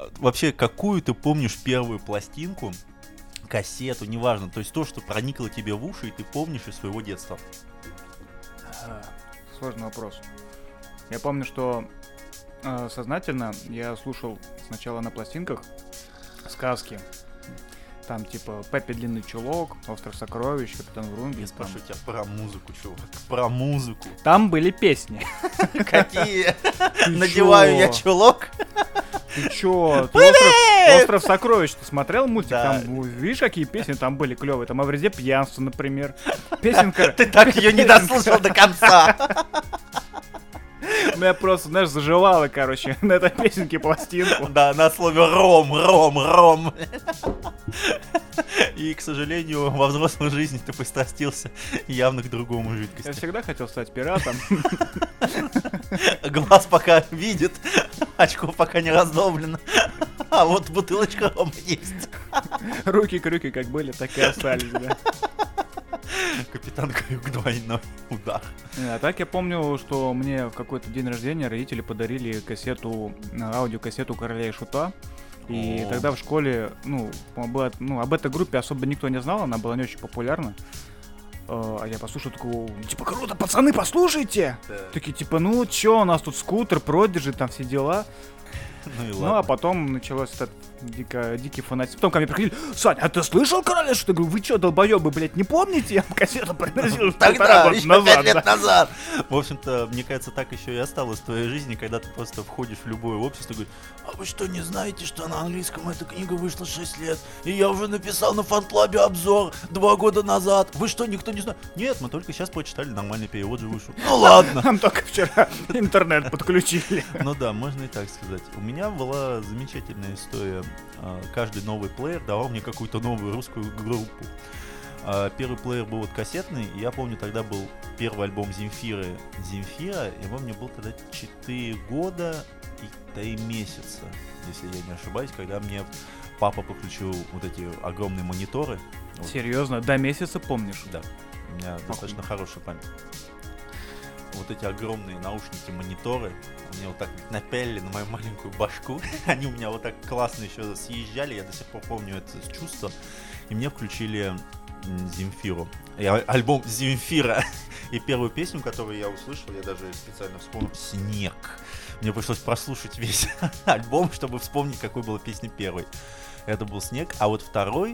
вообще, какую ты помнишь первую пластинку, кассету, неважно, то есть то, что проникло тебе в уши, и ты помнишь из своего детства? Сложный вопрос. Я помню, что сознательно я слушал сначала на пластинках сказки. Там типа Пеппи Длинный Чулок, Остров Сокровищ, Капитан Врунгель. Я спрашиваю тебя про музыку, чувак. Про музыку. Там были песни. Какие? Надеваю я чулок. Ты чё? Остров Сокровищ, ты смотрел мультик? Да. Там, видишь, какие песни там были клевые? Там о вреде пьянства, например. Песенка... Ты так ее не дослушал до конца. Ну, я просто, знаешь, заживала, короче, на этой песенке пластинку. Да, на слове ром. И, к сожалению, во взрослой жизни ты пристрастился явно к другому Я жидкости. всегда хотел стать пиратом. Глаз пока видит, очко пока не раздолблено. А вот бутылочка рома есть. Руки-крюки как были, так и остались, да. Капитан Крюк, двойной удар. А так я помню, что мне в какой-то день рождения родители подарили кассету, аудиокассету Короля и Шута. И тогда в школе, об этой группе особо никто не знал, она была не очень популярна. А я послушал, такой, типа, круто, пацаны, послушайте! Да. Такие, типа, ну чё, у нас тут скутер, продержи, там все дела. Ну и Ну, а ладно. потом началось этот дикий фанатизм. Потом ко мне приходили: Саня, а ты слышал Короля? Что? Я говорю, вы чё, долбоёбы, блядь, не помните? Я вам кассету приносил Тогда, года еще назад. 5 лет назад. В общем-то, мне кажется, так еще и осталось в твоей жизни, когда ты просто входишь в любое общество и говоришь: а вы что, не знаете, что на английском эта книга вышла 6 лет? И я уже написал на фан-клабе обзор 2 года назад. Вы что, никто не знает? Нет, мы только сейчас прочитали, нормальный перевод же вышел. Ну ладно. Нам только вчера интернет подключили. Ну да, можно и так сказать. У меня была замечательная история. Каждый новый плеер давал мне какую-то новую русскую группу. Первый плеер был вот кассетный, и я помню, тогда был первый альбом Земфира, и мне было тогда 4 года и 3 месяца, если я не ошибаюсь, когда мне папа подключил вот эти огромные мониторы. Вот. Серьезно, до месяца помнишь? Да, у меня достаточно хорошая память. Вот эти огромные наушники-мониторы мне вот так напялили на мою маленькую башку. Они у меня вот так классно еще съезжали, я до сих пор помню это чувство. И мне включили Земфиру. Альбом Земфира. И первую песню, которую я услышал, я даже специально вспомнил, «Снег». Мне пришлось прослушать весь альбом, чтобы вспомнить, какой была песня первой. Это был «Снег». А вот второй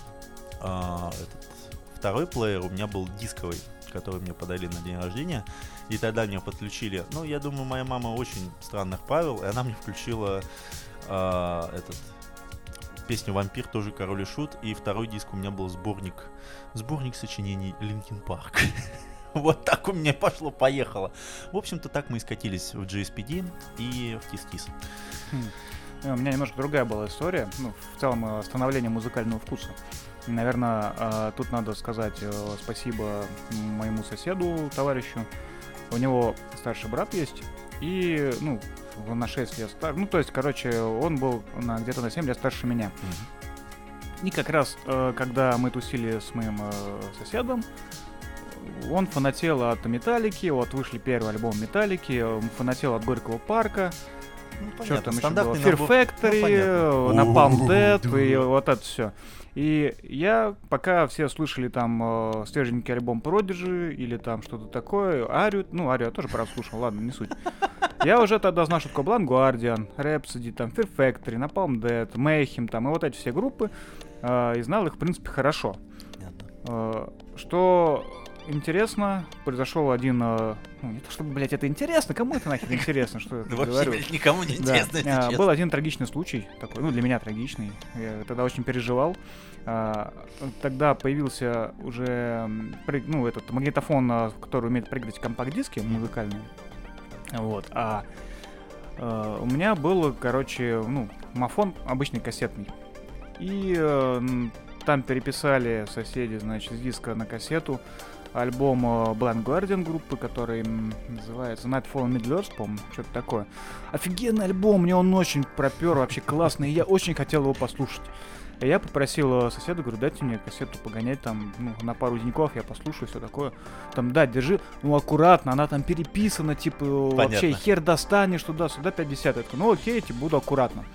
плеер у меня был дисковый, который мне подарили на день рождения. И тогда меня подключили. Ну, я думаю, моя мама очень странных правил, и она мне включила песню «Вампир», тоже «Король и Шут». И второй диск у меня был сборник сочинений Linkin Park. Вот так у меня пошло-поехало. В общем-то, так мы и скатились в GSPD и в Kiss-Kiss. У меня немножко другая была история. Ну, в целом, становление музыкального вкуса. Наверное, тут надо сказать спасибо моему соседу, товарищу. У него старший брат есть, и, на 6 лет старше. Ну, то есть, короче, он был где-то на 7 лет старше меня. И как раз, когда мы тусили с моим соседом, он фанател от Металлики, вот вышли первый альбом Металлики, он фанател от Горького парка. Что там еще было? Fear Factory, Napalm Death и вот это все. И я, пока все слышали там свеженький альбом Prodigy или там что-то такое, Арию я тоже прослушал, ладно, не суть. Я уже тогда знал, что такое Blind Guardian, Rhapsody, там, Fear Factory, Napalm Death, Mayhem, там, и вот эти все группы, и знал их, в принципе, хорошо. Что интересно, произошел один... не то чтобы, блядь, это интересно, кому это нахер интересно, что я говорю. Вообще никому не интересно, если честно. Был один трагичный случай, такой, для меня трагичный, я тогда очень переживал. Тогда появился уже, этот магнитофон, который умеет прыгать компакт-диски музыкальные. Вот, у меня был, мафон обычный кассетный. И там переписали соседи, значит, с диска на кассету альбом Blind Guardian группы, который называется Nightfall in Middle-earth, по-моему, что-то такое. Офигенный альбом, мне он очень пропер, вообще классный, и я очень хотел его послушать. И я попросил соседа, говорю, дайте мне кассету погонять там, на пару деньков, я послушаю, все такое. Там, да, держи, аккуратно, она там переписана, типа, понятно. Вообще хер достанешь туда-сюда, 50. Я такой, окей, буду аккуратно.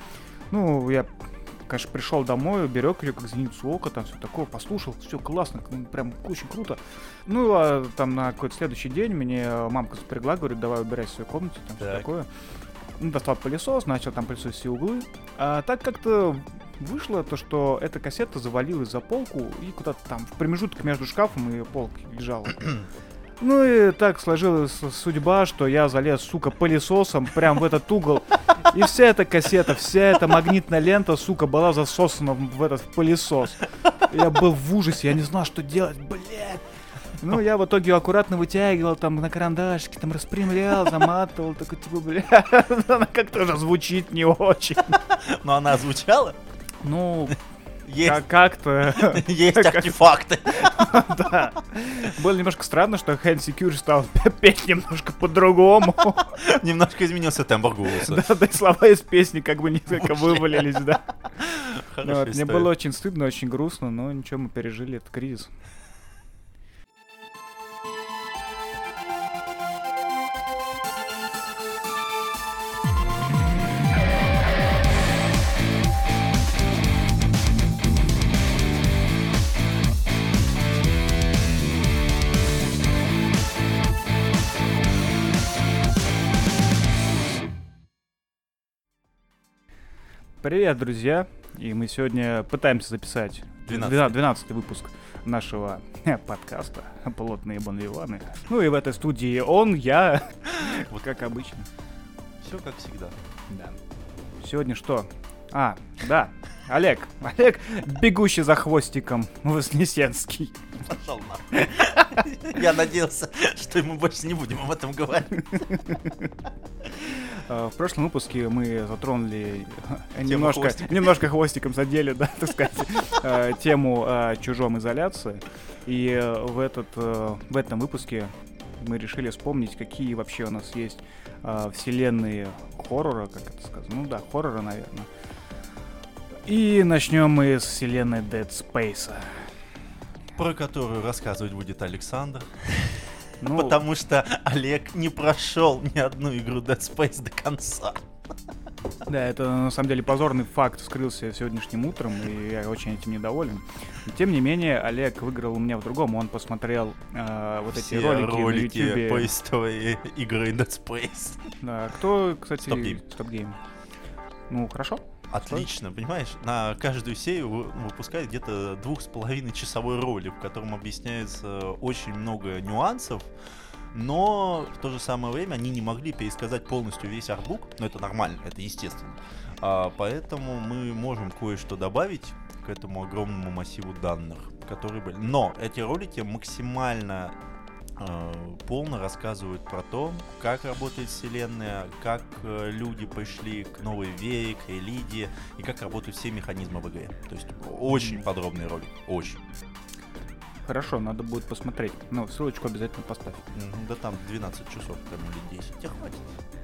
Ну, я, конечно, пришел домой, берег ее как зеницу ока, там все такое, послушал, все классно, прям очень круто. Ну, а там на какой-то следующий день мне мамка запрягла, говорит, давай убирайся в своей комнате, там все такое. Ну, достал пылесос, начал там пылесосить все углы. А так как-то вышло то, что эта кассета завалилась за полку и куда-то там в промежуток между шкафом и полкой лежала. Ну и так сложилась судьба, что я залез, сука, пылесосом прям в этот угол. И вся эта кассета, вся эта магнитная лента, сука, была засосана в этот пылесос. Я был в ужасе, я не знал, что делать, блядь. Ну, я в итоге аккуратно вытягивал там на карандашке, там распрямлял, заматывал, такой, типа, блядь, она как-то уже звучит не очень. Но она звучала? Ну, есть. Как-то. Есть артефакты. Да. Было немножко странно, что Хэнси Кьюри стал петь немножко по-другому. Немножко изменился тембр голоса. Да, и слова из песни как бы несколько вывалились, да. Хорошая Мне было очень стыдно, очень грустно, но ничего, мы пережили этот кризис. Привет, друзья! И мы сегодня пытаемся записать 12-й выпуск нашего подкаста «Плотные бонвиваны». Ну и в этой студии он, я, вот как обычно. Все как всегда. Да. Сегодня что? Да, Олег, бегущий за хвостиком Вознесенский. Пошел нахуй. Я надеялся, что мы больше не будем об этом говорить. В прошлом выпуске мы затронули немножко хвостиком задели, да, так сказать, тему о чужом изоляции. И в этом выпуске мы решили вспомнить, какие вообще у нас есть вселенные хоррора, как это сказать. Ну да, хоррора, наверное. И начнем мы с вселенной Dead Space. Про которую рассказывать будет Александр. Ну, потому что Олег не прошел ни одну игру Dead Space до конца. Да, это на самом деле позорный факт вскрылся сегодняшним утром, и я очень этим недоволен. Но, тем не менее, Олег выиграл у меня в другом. Он посмотрел вот эти ролики на YouTube. По истории игры Dead Space. Да, кто, кстати, Stop Game. Ну, хорошо. Отлично, понимаешь, на каждую серию выпускают где-то 2,5-часовой ролик, в котором объясняется очень много нюансов, но в то же самое время они не могли пересказать полностью весь артбук, но это нормально, это естественно. Поэтому мы можем кое-что добавить к этому огромному массиву данных, которые были. Но эти ролики максимально полно рассказывают про то, как работает вселенная, как люди пришли к новой вере, к религии и как работают все механизмы в игре. То есть очень подробный ролик, очень. Хорошо, надо будет посмотреть. Ну, ссылочку обязательно поставь. Да там 12 часов, там или 10. Тебе хватит.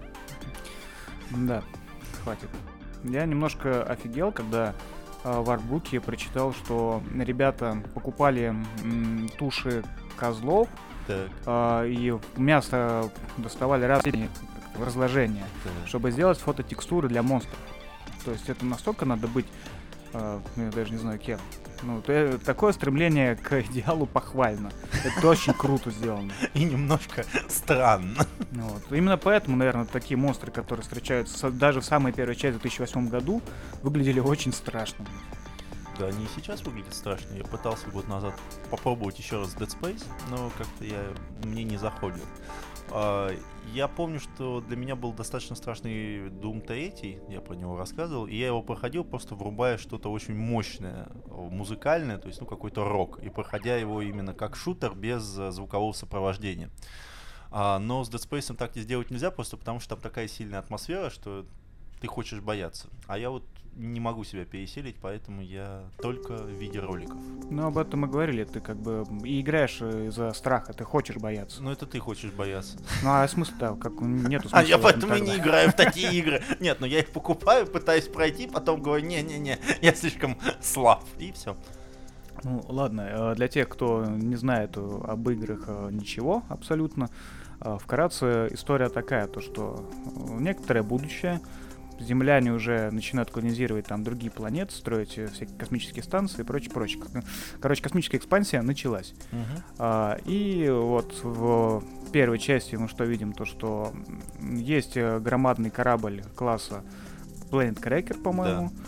Да, хватит. Я немножко офигел, когда в артбуке прочитал, что ребята покупали туши козлов, и мясо доставали разные разложения, чтобы сделать фототекстуры для монстров. То есть это настолько надо быть, я даже не знаю кем. Ну, такое стремление к идеалу похвально. Это очень круто сделано. И немножко странно. Вот. Именно поэтому, наверное, такие монстры, которые встречаются даже в самой первой части в 2008 году, выглядели очень страшно. Да, они и сейчас выглядят страшно. Я пытался год назад попробовать еще раз Dead Space, но как-то мне не заходит. Я помню, что для меня был достаточно страшный Doom 3, я про него рассказывал, и я его проходил, просто врубая что-то очень мощное, музыкальное, то есть какой-то рок, и проходя его именно как шутер без звукового сопровождения. Но с Dead Space так не сделать нельзя, просто потому что там такая сильная атмосфера, что ты хочешь бояться. А я вот не могу себя переселить, поэтому я только в виде роликов. Ну, об этом мы говорили, ты как бы и играешь из-за страха, ты хочешь бояться. Ну, это ты хочешь бояться. Ну, а смысл-то, как нету смысла. А я поэтому и не играю в такие игры. Нет, ну я их покупаю, пытаюсь пройти, потом говорю, не-не-не, я слишком слаб, и все. Ну, ладно, для тех, кто не знает об играх ничего абсолютно, вкратце история такая, то что некоторое будущее земляне уже начинают колонизировать там другие планеты, строить всякие космические станции и прочее. Короче, космическая экспансия началась. И вот в первой части мы что видим? То, что есть громадный корабль класса Planet Cracker, по-моему. Да.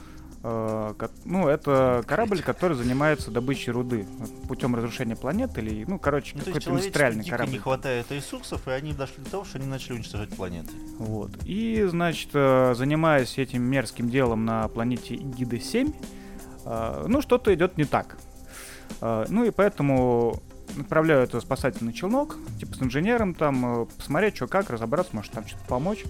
Это корабль, который занимается добычей руды путем разрушения планет или, какой-то индустриальный корабль. Не хватает ресурсов, и они дошли до того, что они начали уничтожать планеты. Вот. И, значит, занимаясь этим мерзким делом на планете Эгида-7, что-то идет не так. И поэтому отправляют спасательный челнок, типа с инженером, там, посмотреть, что как, разобраться, может, там что-то помочь.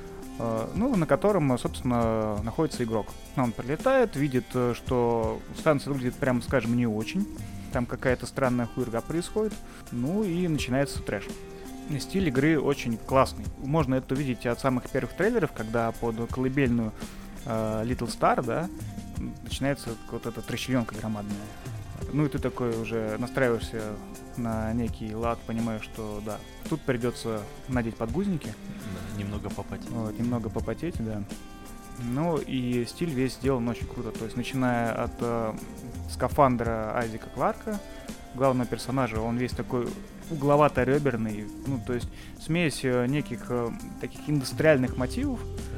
На котором, собственно, находится игрок. Он прилетает, видит, что станция выглядит, прямо скажем, не очень. Там какая-то странная хуйрга происходит. И начинается трэш. Стиль игры очень классный. Можно это увидеть от самых первых трейлеров, когда под колыбельную Little Star, да, начинается вот эта трещеренка громадная. И ты такой уже настраиваешься на некий лад, понимаешь, что да, тут придется надеть подгузники. Да, немного попотеть. Вот, немного попотеть, да. И стиль весь сделан очень круто. То есть, начиная от скафандра Айзека Кларка, главного персонажа, он весь такой угловато-реберный. То есть, смесь неких таких индустриальных мотивов,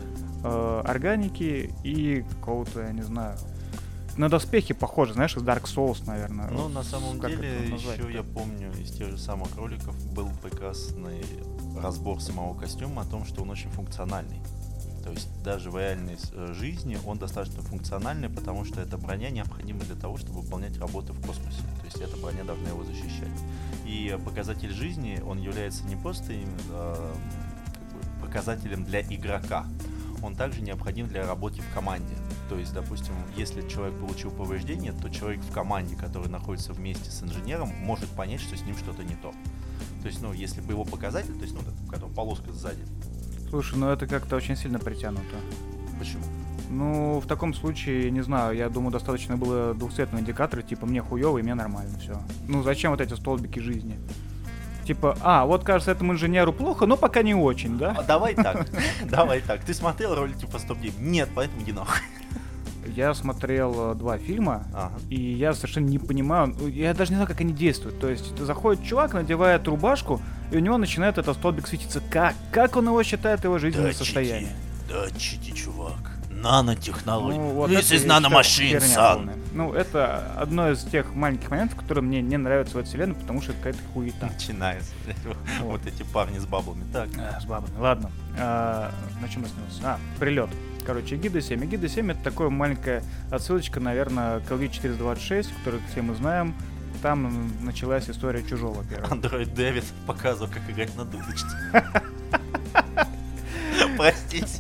органики и какого-то, я не знаю, на доспехи похоже, знаешь, из Dark Souls, наверное. На самом деле, еще я помню, из тех же самых роликов был прекрасный разбор самого костюма о том, что он очень функциональный. То есть даже в реальной жизни он достаточно функциональный, потому что эта броня необходима для того, чтобы выполнять работы в космосе. То есть эта броня должна его защищать. И показатель жизни, он является не просто показателем для игрока, он также необходим для работы в команде. То есть, допустим, если человек получил повреждение, то человек в команде, который находится вместе с инженером, может понять, что с ним что-то не то. То есть, если бы его показатель, то есть, когда полоска сзади. Слушай, это как-то очень сильно притянуто. Почему? В таком случае, не знаю, я думаю, достаточно было двухцветного индикатора, типа мне хуёво и мне нормально, все. Зачем вот эти столбики жизни? Типа, вот кажется, этому инженеру плохо, но пока не очень, да? Давай так. Ты смотрел ролики по стоп-гейм? Нет, поэтому иди нахуй. Я смотрел 2 фильма, и я совершенно не понимаю, я даже не знаю, как они действуют. То есть заходит чувак, надевает рубашку, и у него начинает этот столбик светиться. Как он его считает, его жизненное состояние? Датчики, чувак. Нанотехнологии. This is nanomachine, son. Это одно из тех маленьких моментов, которые мне не нравятся в этой вселенной, потому что это какая-то хуета. Начинается. Вот эти парни с баблами. Так. С баблами. Ладно. На чем остановился? Прилет. Короче, Эгида-7. Эгида-7 это такая маленькая отсылочка, наверное, к LV-426, который все мы знаем. Там началась история Чужого первого. Андроид Дэвид показывал, как играть на дудочке. Простите.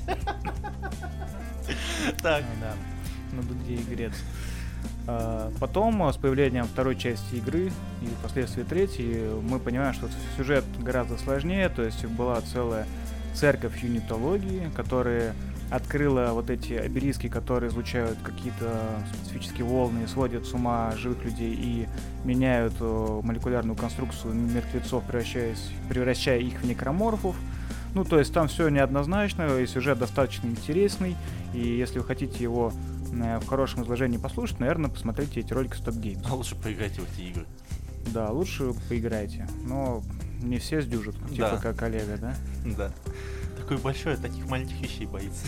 Так. Да, на дуде игрец. Потом, с появлением второй части игры и впоследствии третьей, мы понимаем, что сюжет гораздо сложнее. То есть была целая церковь юнитологии, которая открыла вот эти обелиски, которые излучают какие-то специфические волны, сводят с ума живых людей и меняют молекулярную конструкцию мертвецов, превращая их в некроморфов. То есть там все неоднозначно, и сюжет достаточно интересный, и если вы хотите его в хорошем изложении послушать, наверное, посмотрите эти ролики Stop Games. Лучше поиграйте в эти игры. Да, лучше поиграйте, но не все сдюжат, типа как Олега, да? Да. Такой большой, таких маленьких вещей боится.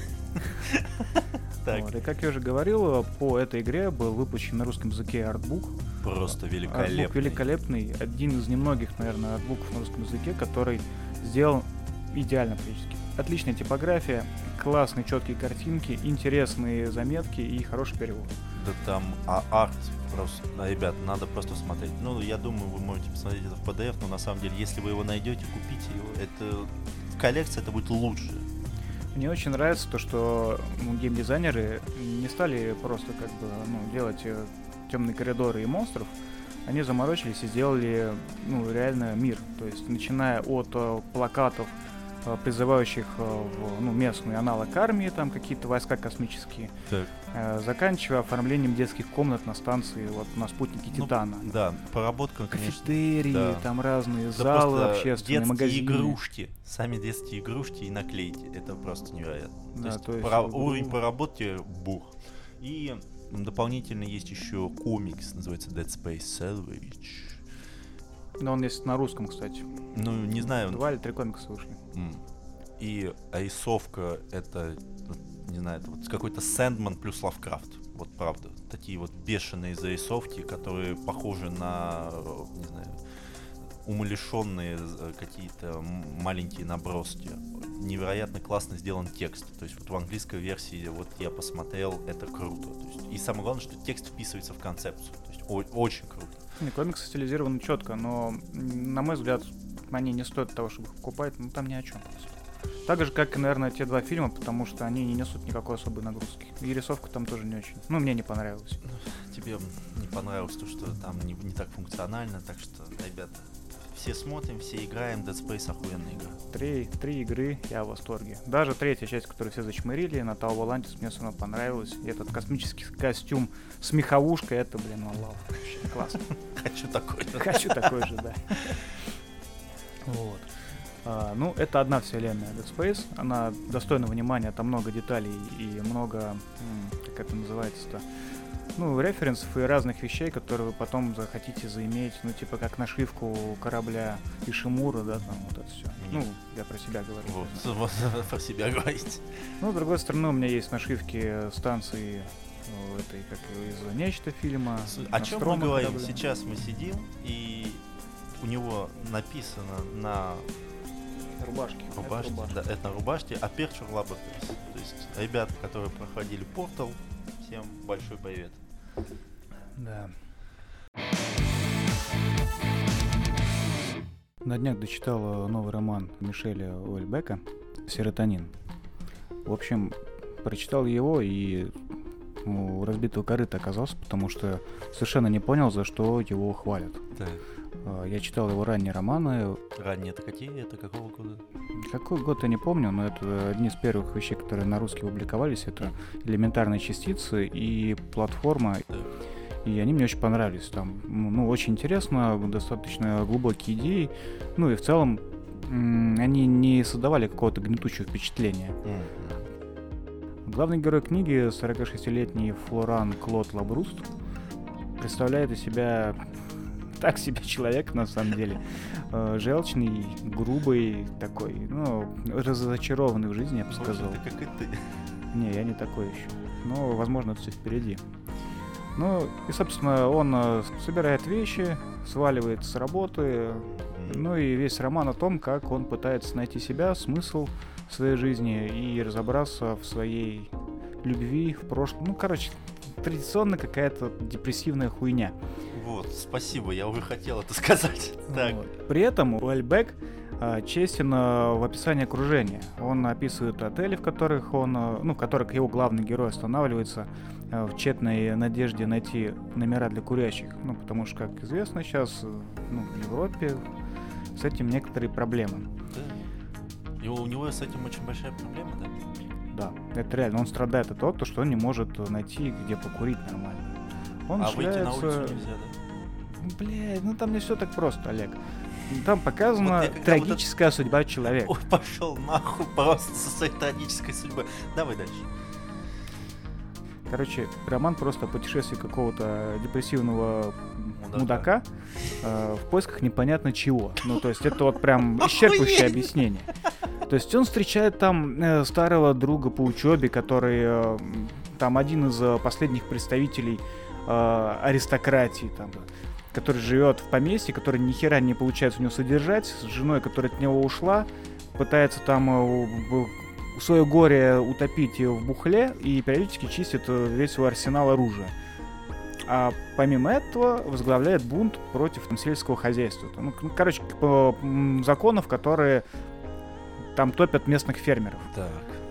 И как я уже говорил, по этой игре был выпущен на русском языке артбук. Просто великолепный. Артбук великолепный, один из немногих, наверное, артбуков на русском языке, который сделан идеально практически. Отличная типография, классные четкие картинки, интересные заметки и хороший перевод. Да там арт просто, ребят, надо просто смотреть. Я думаю, вы можете посмотреть это в PDF, но на самом деле, если вы его найдете, купите его. Это в коллекции это будет лучше. Мне очень нравится то, что геймдизайнеры не стали просто делать темные коридоры и монстров. Они заморочились и сделали реально мир. То есть начиная от плакатов призывающих местный аналог армии, там какие-то войска космические, заканчивая оформлением детских комнат на станции, вот на спутнике Титана. Да, поработка, конечно. Кафетерии, там разные залы общественные, магазины. Игрушки, сами детские игрушки и наклейки, это просто невероятно. Да, то есть уровень поработки бух. И дополнительно есть еще комикс, называется Dead Space Salvage. Но он есть на русском, кстати. Ну, не знаю. 2 или 3 комикса вышли. И рисовка это, не знаю, это вот какой-то Сэндман плюс Лавкрафт. Вот правда. Такие вот бешеные зарисовки, которые похожи на, не знаю, умалишенные какие-то маленькие наброски. Невероятно классно сделан текст. То есть вот в английской версии, вот я посмотрел, это круто. То есть, и самое главное, что текст вписывается в концепцию. То есть очень круто. Комиксы стилизированы четко, но, на мой взгляд, они не стоят того, чтобы их покупать, там ни о чем просто. Так же, как и, наверное, те 2 фильма, потому что они не несут никакой особой нагрузки. И рисовка там тоже не очень. Мне не понравилось. Тебе не понравилось то, что там не так функционально, так что, ребята, все смотрим, все играем, Dead Space охуенная игра. 3 игры, я в восторге. Даже 3-я часть, которую все зачмырили, на Tau Volantis, мне все равно понравилась. И этот космический костюм с меховушкой, это, лав. Вообще классно. Хочу такой же. Хочу такой же, да. Вот. Это одна вселенная Dead Space. Она достойна внимания, там много деталей и много, как это называется-то, референсов и разных вещей, которые вы потом захотите заиметь, типа как нашивку корабля Ишимура, да, там вот это все. Я про себя говорю. Вот про себя говорить. С другой стороны, у меня есть нашивки станции этой, как из «Нечто» фильма. О чем мы говорим? Корабля. Сейчас мы сидим, и у него написано на рубашке. Да, это на рубашке Aperture Laboratories. То есть ребята, которые проходили Portal, всем большой привет. Да. На днях дочитал новый роман Мишеля Уэльбека «Серотонин». В общем, прочитал его и у разбитого корыта оказался, потому что совершенно не понял, за что его хвалят. Так. Я читал его ранние романы. Ранние это какие? Это какого года? Какой год я не помню, но это одни из первых вещей, которые на русский публиковались. Это «Элементарные частицы» и «Платформа». Так. И они мне очень понравились. Там, очень интересно, достаточно глубокие идеи. И в целом они не создавали какого-то гнетущего впечатления. Главный герой книги, 46-летний Флоран Клод Лабруст, представляет из себя так себе человек, на самом деле. Желчный, грубый такой, разочарованный в жизни, я бы сказал. Это как и ты. Не, я не такой еще. Но, возможно, это все впереди. И, собственно, он собирает вещи, сваливает с работы. И весь роман о том, как он пытается найти себя, смысл в своей жизни и разобраться в своей любви, в прошлом. Традиционно какая-то депрессивная хуйня. Вот, спасибо, я уже хотел это сказать. Так. При этом Уэльбек честен в описании окружения. Он описывает отели, в которых в которых его главный герой останавливается в тщетной надежде найти номера для курящих. Потому что, как известно, сейчас в Европе с этим некоторые проблемы. Да. И у него с этим очень большая проблема, да? Да, это реально. Он страдает от того, что он не может найти, где покурить нормально. Он выйти на улицу нельзя, да? Блядь, там не все так просто, Олег. Там показана трагическая судьба человека. Ой, пошел нахуй просто со своей трагической судьбой. Давай дальше. Короче, роман просто о путешествии какого-то депрессивного мудака в поисках непонятно чего. То есть это вот прям исчерпывающее объяснение. То есть он встречает там старого друга по учебе, который там один из последних представителей аристократии, который живет в поместье, который ни хера не получается у него содержать, с женой, которая от него ушла, пытается там свое горе утопить в бухле и периодически чистит весь свой арсенал оружия. А помимо этого возглавляет бунт против сельского хозяйства. Законов, которые там топят местных фермеров. Так.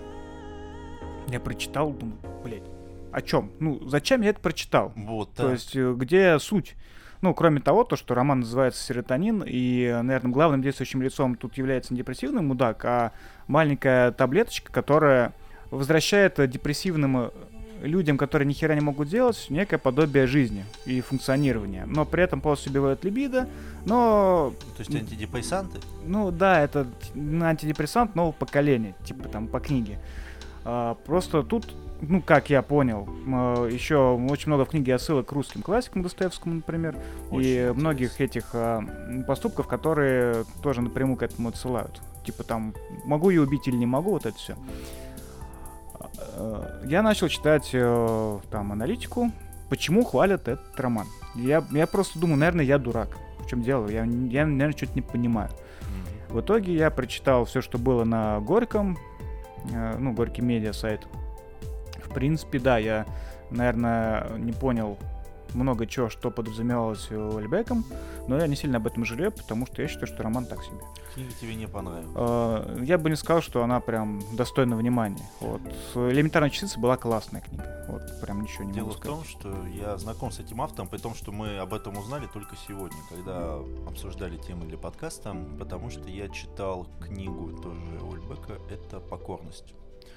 Я прочитал, думаю, блядь, о чем? Зачем я это прочитал? Вот, То есть, где суть? Ну, кроме того, то, что роман называется «Серотонин», и, наверное, главным действующим лицом тут является не депрессивный мудак, а маленькая таблеточка, которая возвращает депрессивным людям, которые ни хера не могут делать, некое подобие жизни и функционирования. Но при этом полностью убивают либидо, но... То есть антидепрессанты? Ну да, это антидепрессант нового поколения, типа там по книге. Просто тут, ну как я понял, еще очень много в книге отсылок к русским классикам, Достоевскому, например, Очень и интересно. многих этих поступков, которые тоже напрямую к этому отсылают. Типа там, могу я убить или не могу, вот это все. Я начал читать там аналитику, почему хвалят этот роман. Я просто думаю, наверное, я дурак. В чем дело? Я наверное, что-то не понимаю. В итоге я прочитал все, что было на Горьком, ну, Горький медиа сайт. В принципе, да, я, наверное, не понял много чего, что подразумевалось Ольбеком, но я не сильно об этом жалею, потому что я считаю, что роман так себе. Книга тебе не понравилась? Я бы не сказал, что она прям достойна внимания. Вот. «Элементарная частица» была классная книга. Вот, прям ничего не Дело могу в сказать. том, что я знаком с этим автором, при том, что мы об этом узнали только сегодня, когда обсуждали темы для подкаста, потому что я читал книгу тоже Ольбека, это «Покорность».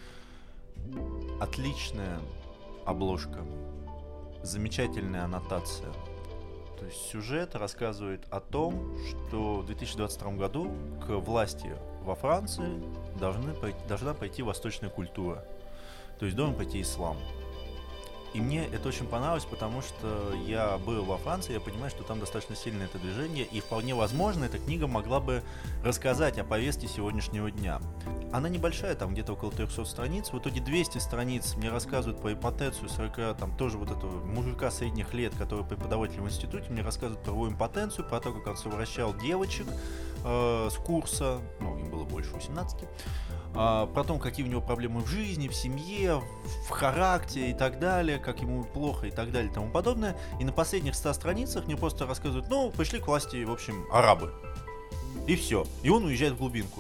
Отличная обложка, замечательная аннотация. То есть сюжет рассказывает о том, что в 2022 году к власти во Франции должна пойти восточная культура. То есть должен пойти ислам. И мне это очень понравилось, потому что я был во Франции, я понимаю, что там достаточно сильное это движение, и вполне возможно, эта книга могла бы рассказать о повестке сегодняшнего дня. Она небольшая, там где-то около 300 страниц, в итоге 200 страниц мне рассказывают про импотенцию 40, там тоже вот этого мужика средних лет, который преподаватель в институте, мне рассказывают про его импотенцию, про то, как он совращал девочек с курса, ну, им было больше 18, про то, какие у него проблемы в жизни, в семье, в характере и так далее, как ему плохо и так далее и тому подобное. И на последних 100 страницах мне просто рассказывают, ну, пришли к власти, в общем, арабы. И все. И он уезжает в глубинку.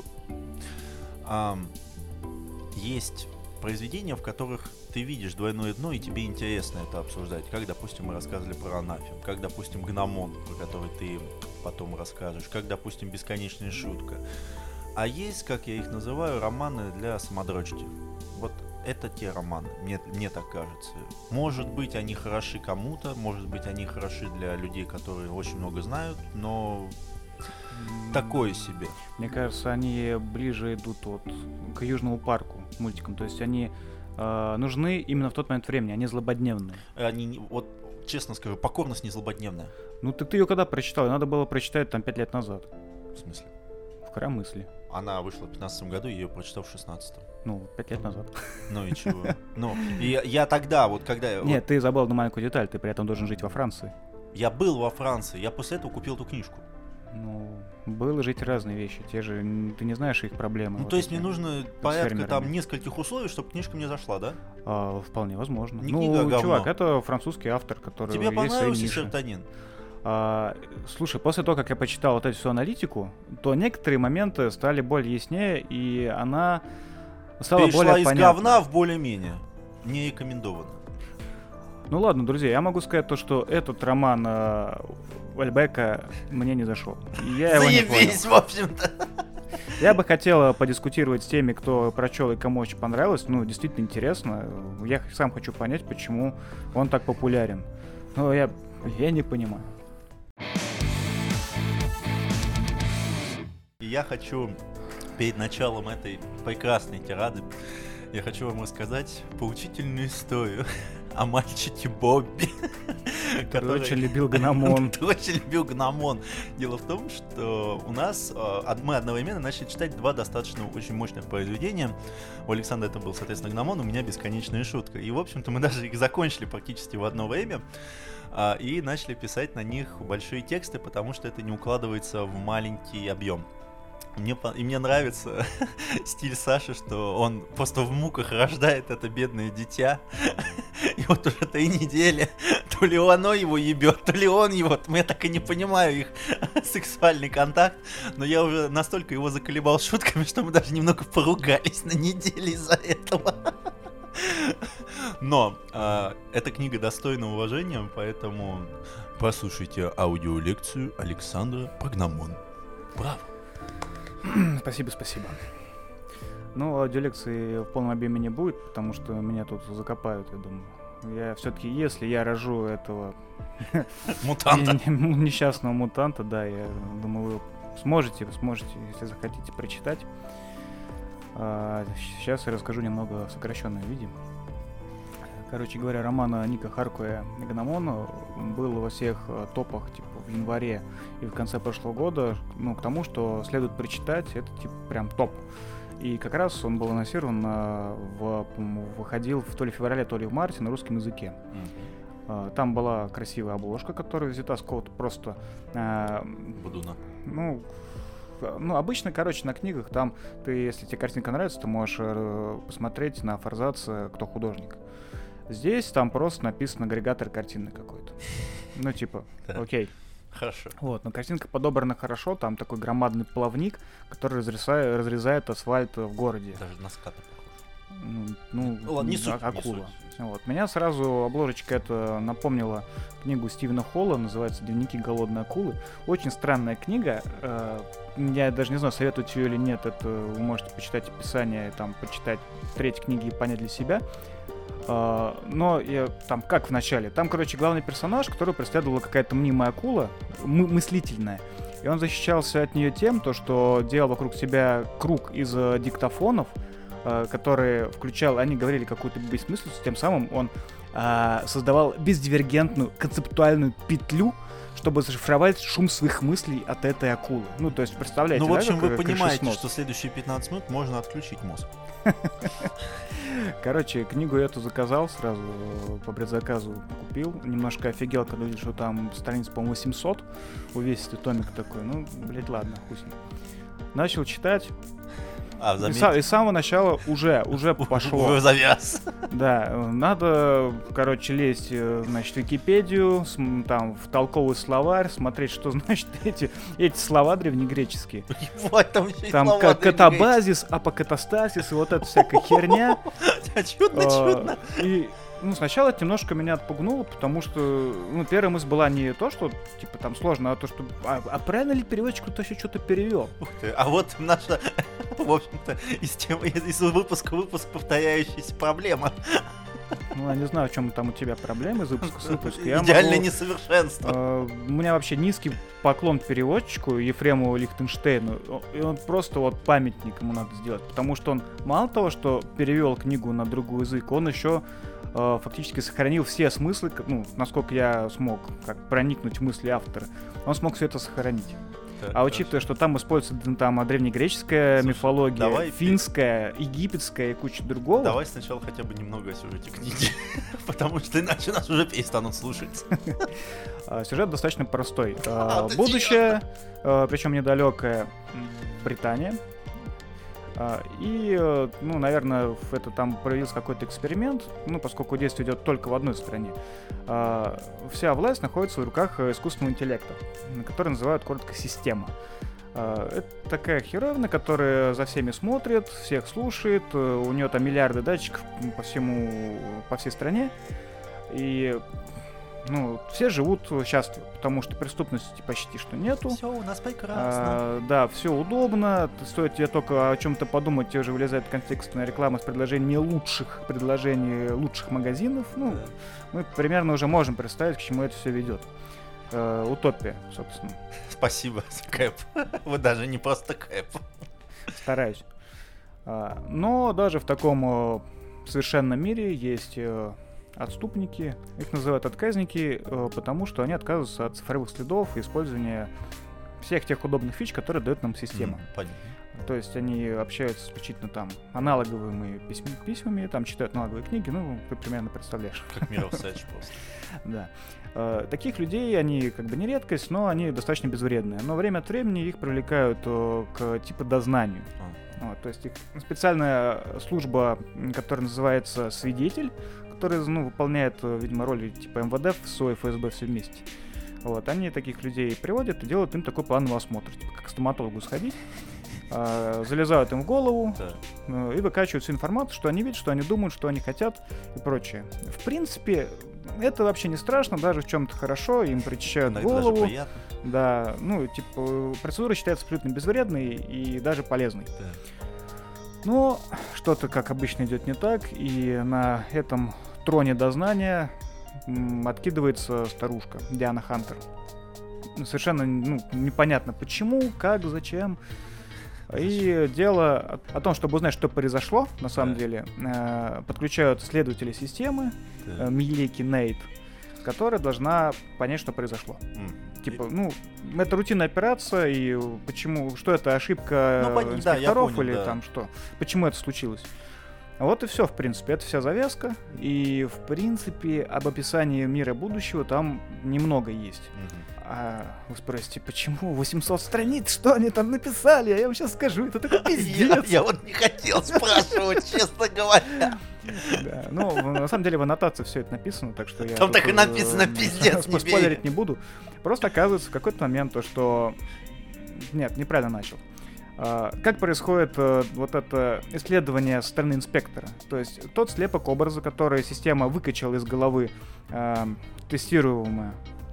Есть произведения, в которых ты видишь двойное дно, и тебе интересно это обсуждать. Как, допустим, мы рассказывали про Анафем, как, допустим, Гномон, про который ты потом расскажешь, как, допустим, Бесконечная шутка. А есть, как я их называю, романы для самодрочки. Вот это те романы, мне так кажется. Может быть, они хороши кому-то, может быть, они хороши для людей, которые очень много знают, но такое себе. Мне кажется, они ближе идут вот к Южному парку мультикам. То есть они нужны именно в тот момент времени, они злободневные. Они, вот, честно скажу, «Покорность» не злободневная. Ну ты ее когда прочитал? Её надо было прочитать там 5 лет назад. В смысле? В коромысле. Она вышла в 15 году, я ее прочитал в 16-м. Ну, 5 лет назад. Ну и чего? Ну, и я тогда, вот когда... Нет, ты забыл одну маленькую деталь, ты при этом должен жить во Франции. Я был во Франции, я после этого купил эту книжку. Ну, было жить разные вещи, те же, ты не знаешь их проблемы. Ну, вот то есть эти, мне нужно с порядка фермерами. там нескольких условий, чтобы книжка мне зашла, да? Вполне возможно. Не Ну, книга, а говно. чувак, это французский автор, который Тебе есть свои понравился ниши. «Серотонин»? Слушай, после того, как я почитал вот эту всю аналитику, то некоторые моменты стали более яснее, и она стала Перешла более из понятна. говна в более-менее. Не рекомендовано. Ну ладно, друзья, я могу сказать то, что этот роман Ольбека мне не зашел. И я его не понял. Заебись, в общем-то. Я бы хотел подискутировать с теми, кто прочел и кому очень понравилось. Ну, действительно интересно. Я сам хочу понять, почему он так популярен. Но я не понимаю. И я хочу перед началом этой прекрасной тирады, я хочу вам рассказать поучительную историю о мальчике Бобби, Который очень любил Гномон. Который очень любил Гномон. Дело в том, что у нас мы одновременно начали читать два достаточно очень мощных произведения. У Александра это был, соответственно, Гномон, у меня «Бесконечная шутка». И, в общем-то, мы даже их закончили практически в одно время и начали писать на них большие тексты, потому что это не укладывается в маленький объем. И мне нравится стиль Саши, что он просто в муках рождает это бедное дитя. И вот уже 3 недели то ли оно его ебет, то ли он его. Я так и не понимаю их сексуальный контакт. Но я уже настолько его заколебал шутками, что мы даже немного поругались на неделе из-за этого. Но эта книга достойна уважения, поэтому послушайте аудиолекцию Александра Прогномон. Браво! Спасибо. Ну, аудиолекции в полном объеме не будет, потому что меня тут закопают, я думаю. Я все-таки, если я рожу этого Мутанта. несчастного мутанта, да, я думаю, вы сможете, если захотите прочитать. Сейчас я расскажу немного в сокращенном виде. Короче говоря, роман Ника Харкуэ «Гномон» был во всех топах типа в январе и в конце прошлого года, ну, к тому, что следует прочитать, это типа прям топ. И как раз он был анонсирован, выходил то ли в феврале, то ли в марте на русском языке. Там была красивая обложка, которая взята с какого-то просто... Будуна. Ну, обычно, короче, на книгах там ты, если тебе картинка нравится, ты можешь посмотреть на форзац, кто художник. Здесь там просто написано агрегатор картины какой-то. Ну, типа, окей. Хорошо. Вот, но картинка подобрана хорошо, там такой громадный плавник, который разрезает асфальт в городе. Даже на скаты похож. Ладно, не суть, акула. Вот. Меня сразу обложечка эта напомнила книгу Стивена Холла, называется «Дневники голодной акулы». Очень странная книга. Я даже не знаю, советовать ее или нет. Это вы можете почитать описание, там, почитать треть книги и понять для себя. Но там как в начале? Там, короче, главный персонаж, которого преследовала какая-то мнимая акула, мыслительная. И он защищался от нее тем, что делал вокруг себя круг из диктофонов, которые они говорили какую-то бессмыслицу, тем самым он создавал бездивергентную концептуальную петлю, чтобы зашифровать шум своих мыслей от этой акулы. Ну, то есть, представляете, в общем, да, вы понимаете, что следующие 15 минут можно отключить мозг. Короче, книгу эту заказал сразу, по предзаказу купил. Немножко офигел, когда увидел, что там страниц, по-моему, 800. Увесистый томик такой. Ну, блять, ладно, хуй с ним. Начал читать. И с самого начала уже пошло. Завяз. Да, надо, короче, лезть, значит, в Википедию, там, в толковый словарь, смотреть, что значит эти слова древнегреческие. Там катабазис, апокатастасис и вот эта всякая херня. Чудно. И сначала это немножко меня отпугнуло, потому что, первая мысль была не то, что, типа, там сложно, а то, что, правильно ли переводчик кто-то еще что-то перевел? Ух ты, а вот наша, в общем-то, из выпуска в выпуск повторяющаяся проблема. Я не знаю, в чем там у тебя проблемы из выпуска с выпуска. Идеальное несовершенство. У меня вообще низкий поклон переводчику Ефрему Лихтенштейну. И он просто вот памятник ему надо сделать. Потому что он мало того, что перевел книгу на другой язык, он еще фактически сохранил все смыслы, насколько я смог проникнуть в мысли автора. Он смог все это сохранить. Так, учитывая, что там используется древнегреческая мифология, финская, египетская и куча другого. Давай сначала хотя бы немного о сюжете книги, потому что иначе нас уже перестанут слушать. Сюжет достаточно простой. Будущее, причем недалекое, Британия. И, наверное, это там провелся какой-то эксперимент, поскольку действие идет только в одной стране. Вся власть находится в руках искусственного интеллекта, который называют коротко система. Это такая херовина, которая за всеми смотрит, всех слушает, у нее там миллиарды датчиков по всей стране. И все живут счастливо, потому что преступности почти что нету. Все у нас прекрасно. Да, все удобно. Стоит тебе только о чем-то подумать, тебе уже вылезает контекстная реклама с предложением лучших магазинов. Мы примерно уже можем представить, к чему это все ведет. Утопия, собственно. Спасибо за кэп. Вы даже не просто кэп. Стараюсь. Но даже в таком совершенном мире есть отступники, их называют отказники, потому что они отказываются от цифровых следов и использования всех тех удобных фич, которые дает нам система. Понятно. То есть они общаются исключительно там аналоговыми письмами, там читают аналоговые книги, ты примерно представляешь. Как Mirror's Edge просто. Да. Таких людей, они как бы не редкость, но они достаточно безвредные. Но время от времени их привлекают к типа дознанию. То есть их специальная служба, которая называется «Свидетель», который, выполняет, видимо, роли типа МВД, ФСО и ФСБ все вместе. Они таких людей приводят и делают им такой плановый осмотр, типа как к стоматологу сходить. залезают им в голову Да. и выкачивают всю информацию, что они видят, что они думают, что они хотят и прочее. В принципе, это вообще не страшно, даже в чем-то хорошо, им прочищают Иногда даже голову. приятно. Да, ну, типа, процедура считается абсолютно безвредной и даже полезной. Да. Но что-то, как обычно, идет не так, и на этом троне дознания откидывается старушка Диана Хантер. Совершенно непонятно почему, как, зачем. И дело о том, чтобы узнать, что произошло, на самом деле, подключают следователи системы, Да. Милики Нейт, которая должна понять, что произошло. Типа, это рутинная операция, и почему, что это, ошибка Да, я инспекторов понял, или да. там что? Почему это случилось? Вот и все, в принципе, это вся завязка, и, в принципе, об описании мира будущего там немного есть. Мгм. А вы спросите, почему 800 страниц, что они там написали? А я вам сейчас скажу, это такой пиздец. Я вот не хотел спрашивать, честно говоря. Да, ну, на самом деле в аннотации все это написано, так что я Там тут, так и написано, пиздец, не спойлерить бей. не буду. Просто оказывается в какой-то момент то, что... Нет, неправильно начал. Как происходит вот это исследование со стороны инспектора? То есть тот слепок образа, который система выкачала из головы тестируемого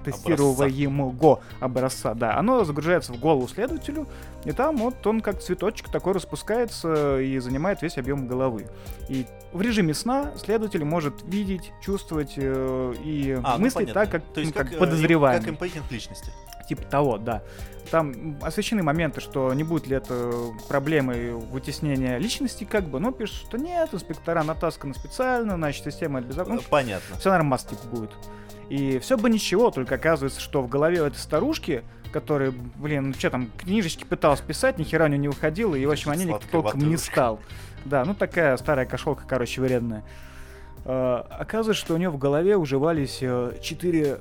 образца, да, оно загружается в голову следователю, и там вот он как цветочек такой распускается и занимает весь объем головы. И в режиме сна следователь может видеть, чувствовать и мыслить так, как, То есть как подозреваемый. Как импотент личности. Типа того, да. Там освещены моменты, что не будет ли это проблемой вытеснения личности, как бы, но пишут, что нет, инспектора натасканы специально, значит, система это безопасна. Понятно. Все нормально, типа, будет. И все бы ничего, только оказывается, что в голове у этой старушки, которая, что там, книжечки пыталась писать, ни хера у нее не выходило, и, в общем, они никто толком не стал. Да, такая старая кошелка, вредная. Оказывается, что у нее в голове уживались 4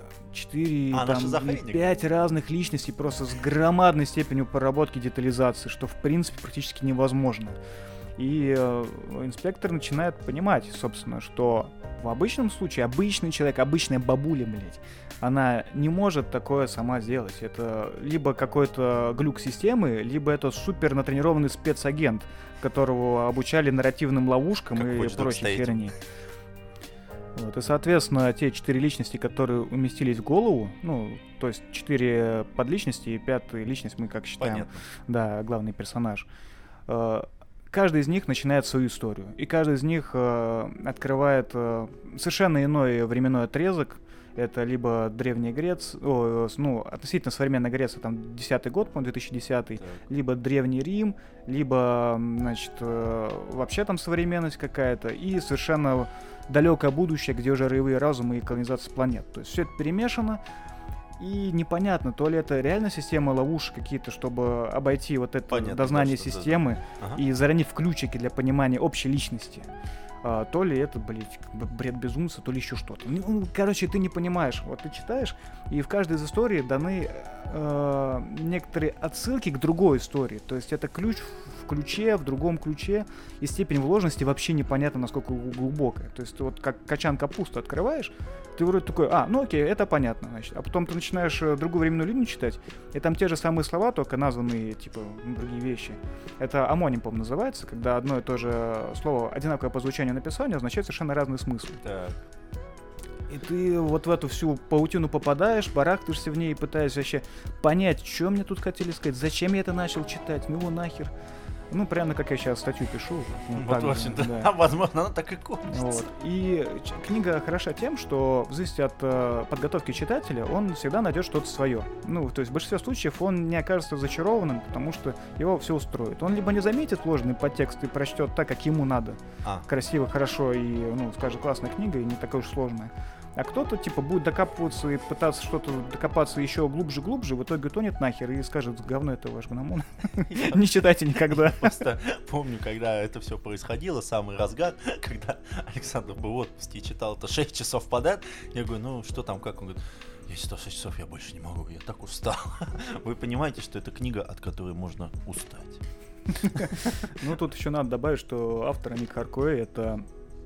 5 разных личностей просто с громадной степенью проработки детализации, что в принципе практически невозможно. И инспектор начинает понимать, собственно, что в обычном случае обычный человек, обычная бабуля, она не может такое сама сделать. Это либо какой-то глюк системы, либо это супер натренированный спецагент, которого обучали нарративным ловушкам и прочей херни. Вот, и, соответственно, те 4 личности, которые уместились в голову, то есть 4 подличности и 5-я личность мы как считаем. Понятно. Да, главный персонаж. Каждый из них начинает свою историю, и каждый из них открывает совершенно иной временной отрезок. Это либо Древняя Греция, относительно современная Греция, там 10-й год, по-моему, 2010-й, либо Древний Рим, либо, вообще там современность какая-то, и совершенно далекое будущее, где уже роевые разумы и колонизация планет. То есть все это перемешано, и непонятно, то ли это реально система ловушек какие-то, чтобы обойти вот это дознание системы и заронив ключики для понимания общей личности. То ли это, бред безумца, то ли еще что-то. Ты не понимаешь. Вот ты читаешь, и в каждой из историй даны некоторые отсылки к другой истории. То есть это ключ в ключе, в другом ключе, и степень вложенности вообще непонятно, насколько глубокая. То есть вот как качан капусты открываешь, ты вроде такой, окей, это понятно, значит. А потом ты начинаешь другую временную линию читать, и там те же самые слова, только названные, другие вещи. Это амоним, по-моему, называется, когда одно и то же слово, одинаковое по звучанию и написанию, означает совершенно разные смыслы. Так. И ты вот в эту всю паутину попадаешь, барахтаешься в ней и пытаешься вообще понять, что мне тут хотели сказать, зачем я это начал читать, его нахер. Прямо как я сейчас статью пишу. В общем-то, да. Возможно, она так и кончится. Вот. И книга хороша тем, что в зависимости от подготовки читателя, он всегда найдет что-то свое. То есть в большинстве случаев он не окажется зачарованным, потому что его все устроит. Он либо не заметит сложный подтекст и прочтет так, как ему надо. Красиво, хорошо и, скажет, классная книга и не такая уж сложная. А кто-то, будет докапываться и пытаться что-то докопаться еще глубже, в итоге утонет нахер и скажет, говно это ваш гномон. Не читайте никогда. Просто помню, когда это все происходило, самый разгар, когда Александр был в отпуске и читал это 6 часов подряд, я говорю, что там, как? Он говорит, я читал 6 часов, я больше не могу, я так устал. Вы понимаете, что это книга, от которой можно устать. Тут еще надо добавить, что автор Ник Харкуэй — это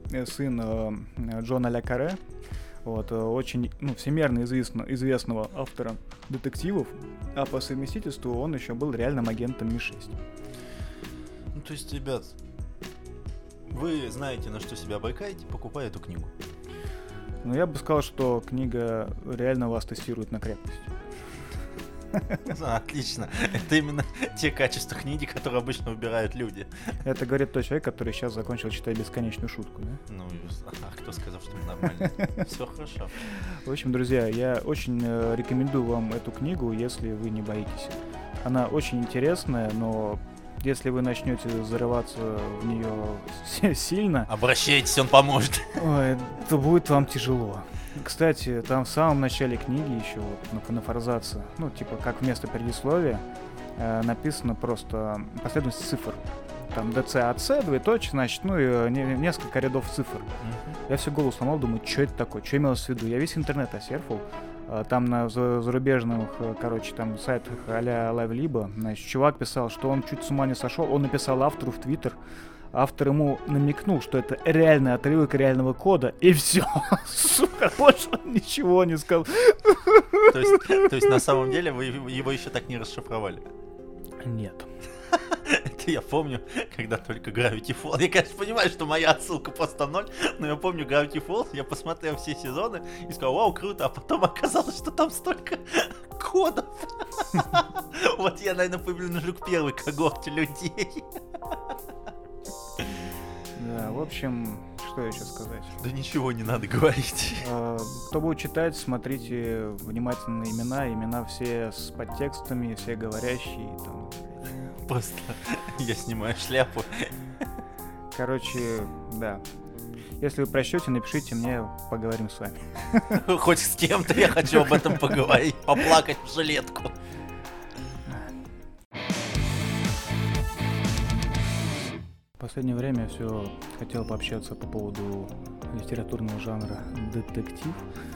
сын Джона Ля Карре. Вот, очень всемирно известного автора детективов, а по совместительству он еще был реальным агентом Ми-6. то есть, ребят, вы знаете, на что себя обрекаете, покупая эту книгу. Ну, я бы сказал, что книга реально вас тестирует на крепость. Отлично. Это именно те качества книги, которые обычно выбирают люди. Это говорит тот человек, который сейчас закончил читать «Бесконечную шутку», да? Ну, кто сказал, что нормально? Все хорошо. В общем, друзья, я очень рекомендую вам эту книгу, если вы не боитесь. Она очень интересная, но если вы начнете зарываться в нее сильно... Обращайтесь, он поможет. Ой, то будет вам тяжело. Кстати, там в самом начале книги еще вот, на форзаце, ну, типа, как вместо предисловия, написано просто последовательность цифр. Там ДЦАЦ, двоеточие, значит, ну и несколько рядов цифр. Я все голову сломал, думаю, что это такое, что имелось в виду. Я весь интернет осерфил. Там на зарубежных, короче, там сайтах а-ля LiveLib, значит, чувак писал, что он чуть с ума не сошел. Он написал автору в Твиттер. Автор ему намекнул, что это реальный отрывок реального кода, и все. Сука, больше он ничего не сказал. То есть на самом деле вы его еще так не расшифровали? Нет. Это я помню, когда только Gravity Falls. Я, конечно, понимаю, что моя отсылка просто 0, но я помню Gravity Falls, я посмотрел все сезоны и сказал, вау, круто, а потом оказалось, что там столько кодов. Вот я, наверное, принадлежу к первой когорте людей. Да, в общем, что еще сказать? Да ничего не надо говорить. Кто будет читать, смотрите внимательно имена все с подтекстами, все говорящие. Там. Просто я снимаю шляпу. Короче, да. Если вы прочтете, напишите мне, поговорим с вами. Хоть с кем-то я хочу об этом поговорить, поплакать в жилетку. В последнее время я все хотел пообщаться по поводу литературного жанра детектив.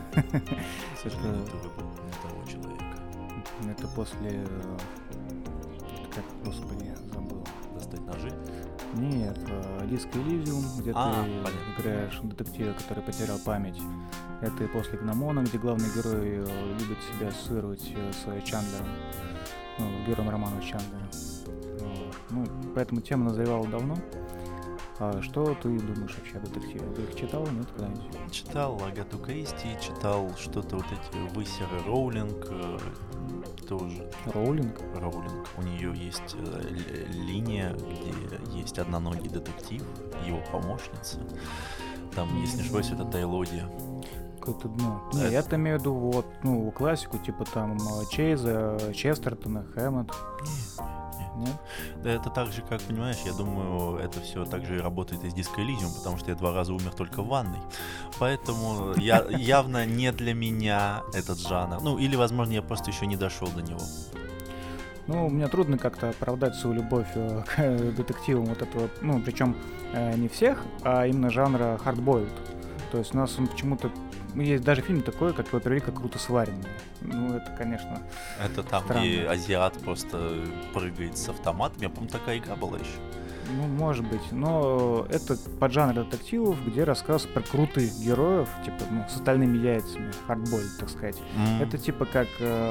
Это после... Как, господи, забыл. Достать ножи? Нет, Disco Elysium, где ты играешь детектива, который потерял память. Это и после Гномона, где главный герой любит себя ассоциировать с Чандлером. Ну, героем романа Чандлера. Ну, поэтому тема назревала давно. Что ты думаешь вообще о детективе? Ты их читал, нет, когда-нибудь? Читал Агату Кристи, читал что-то вот эти Высеры Роулинг тоже. Роулинг? Роулинг. У нее есть линия, где есть одноногий детектив, его помощница. Там, если не ошибаюсь, это Тайлодия. Какое-то дно. Не, я-то имею в виду вот, ну, классику, типа там Чейза, Честертона, Хэммонд. Нет? Да это так же, как, понимаешь, я думаю, это все так же и работает и с Disco Elysium, потому что я 2 раза умер только в ванной. Поэтому явно не для меня этот жанр. Ну, или, возможно, я просто еще не дошел до него. Ну, мне трудно как-то оправдать свою любовь к детективам вот этого, ну, причем не всех, а именно жанра hardboiled. То есть у нас он почему-то... Есть даже фильм такой, как его перевели, как круто сваренный. Ну, это, конечно, это там, странно. где азиат просто прыгает с автоматом. Я помню, такая игра была еще. Ну, может быть. Но это поджанр детективов, где рассказ про крутых героев, типа, ну, с остальными яйцами, хардбой, так сказать. Это типа как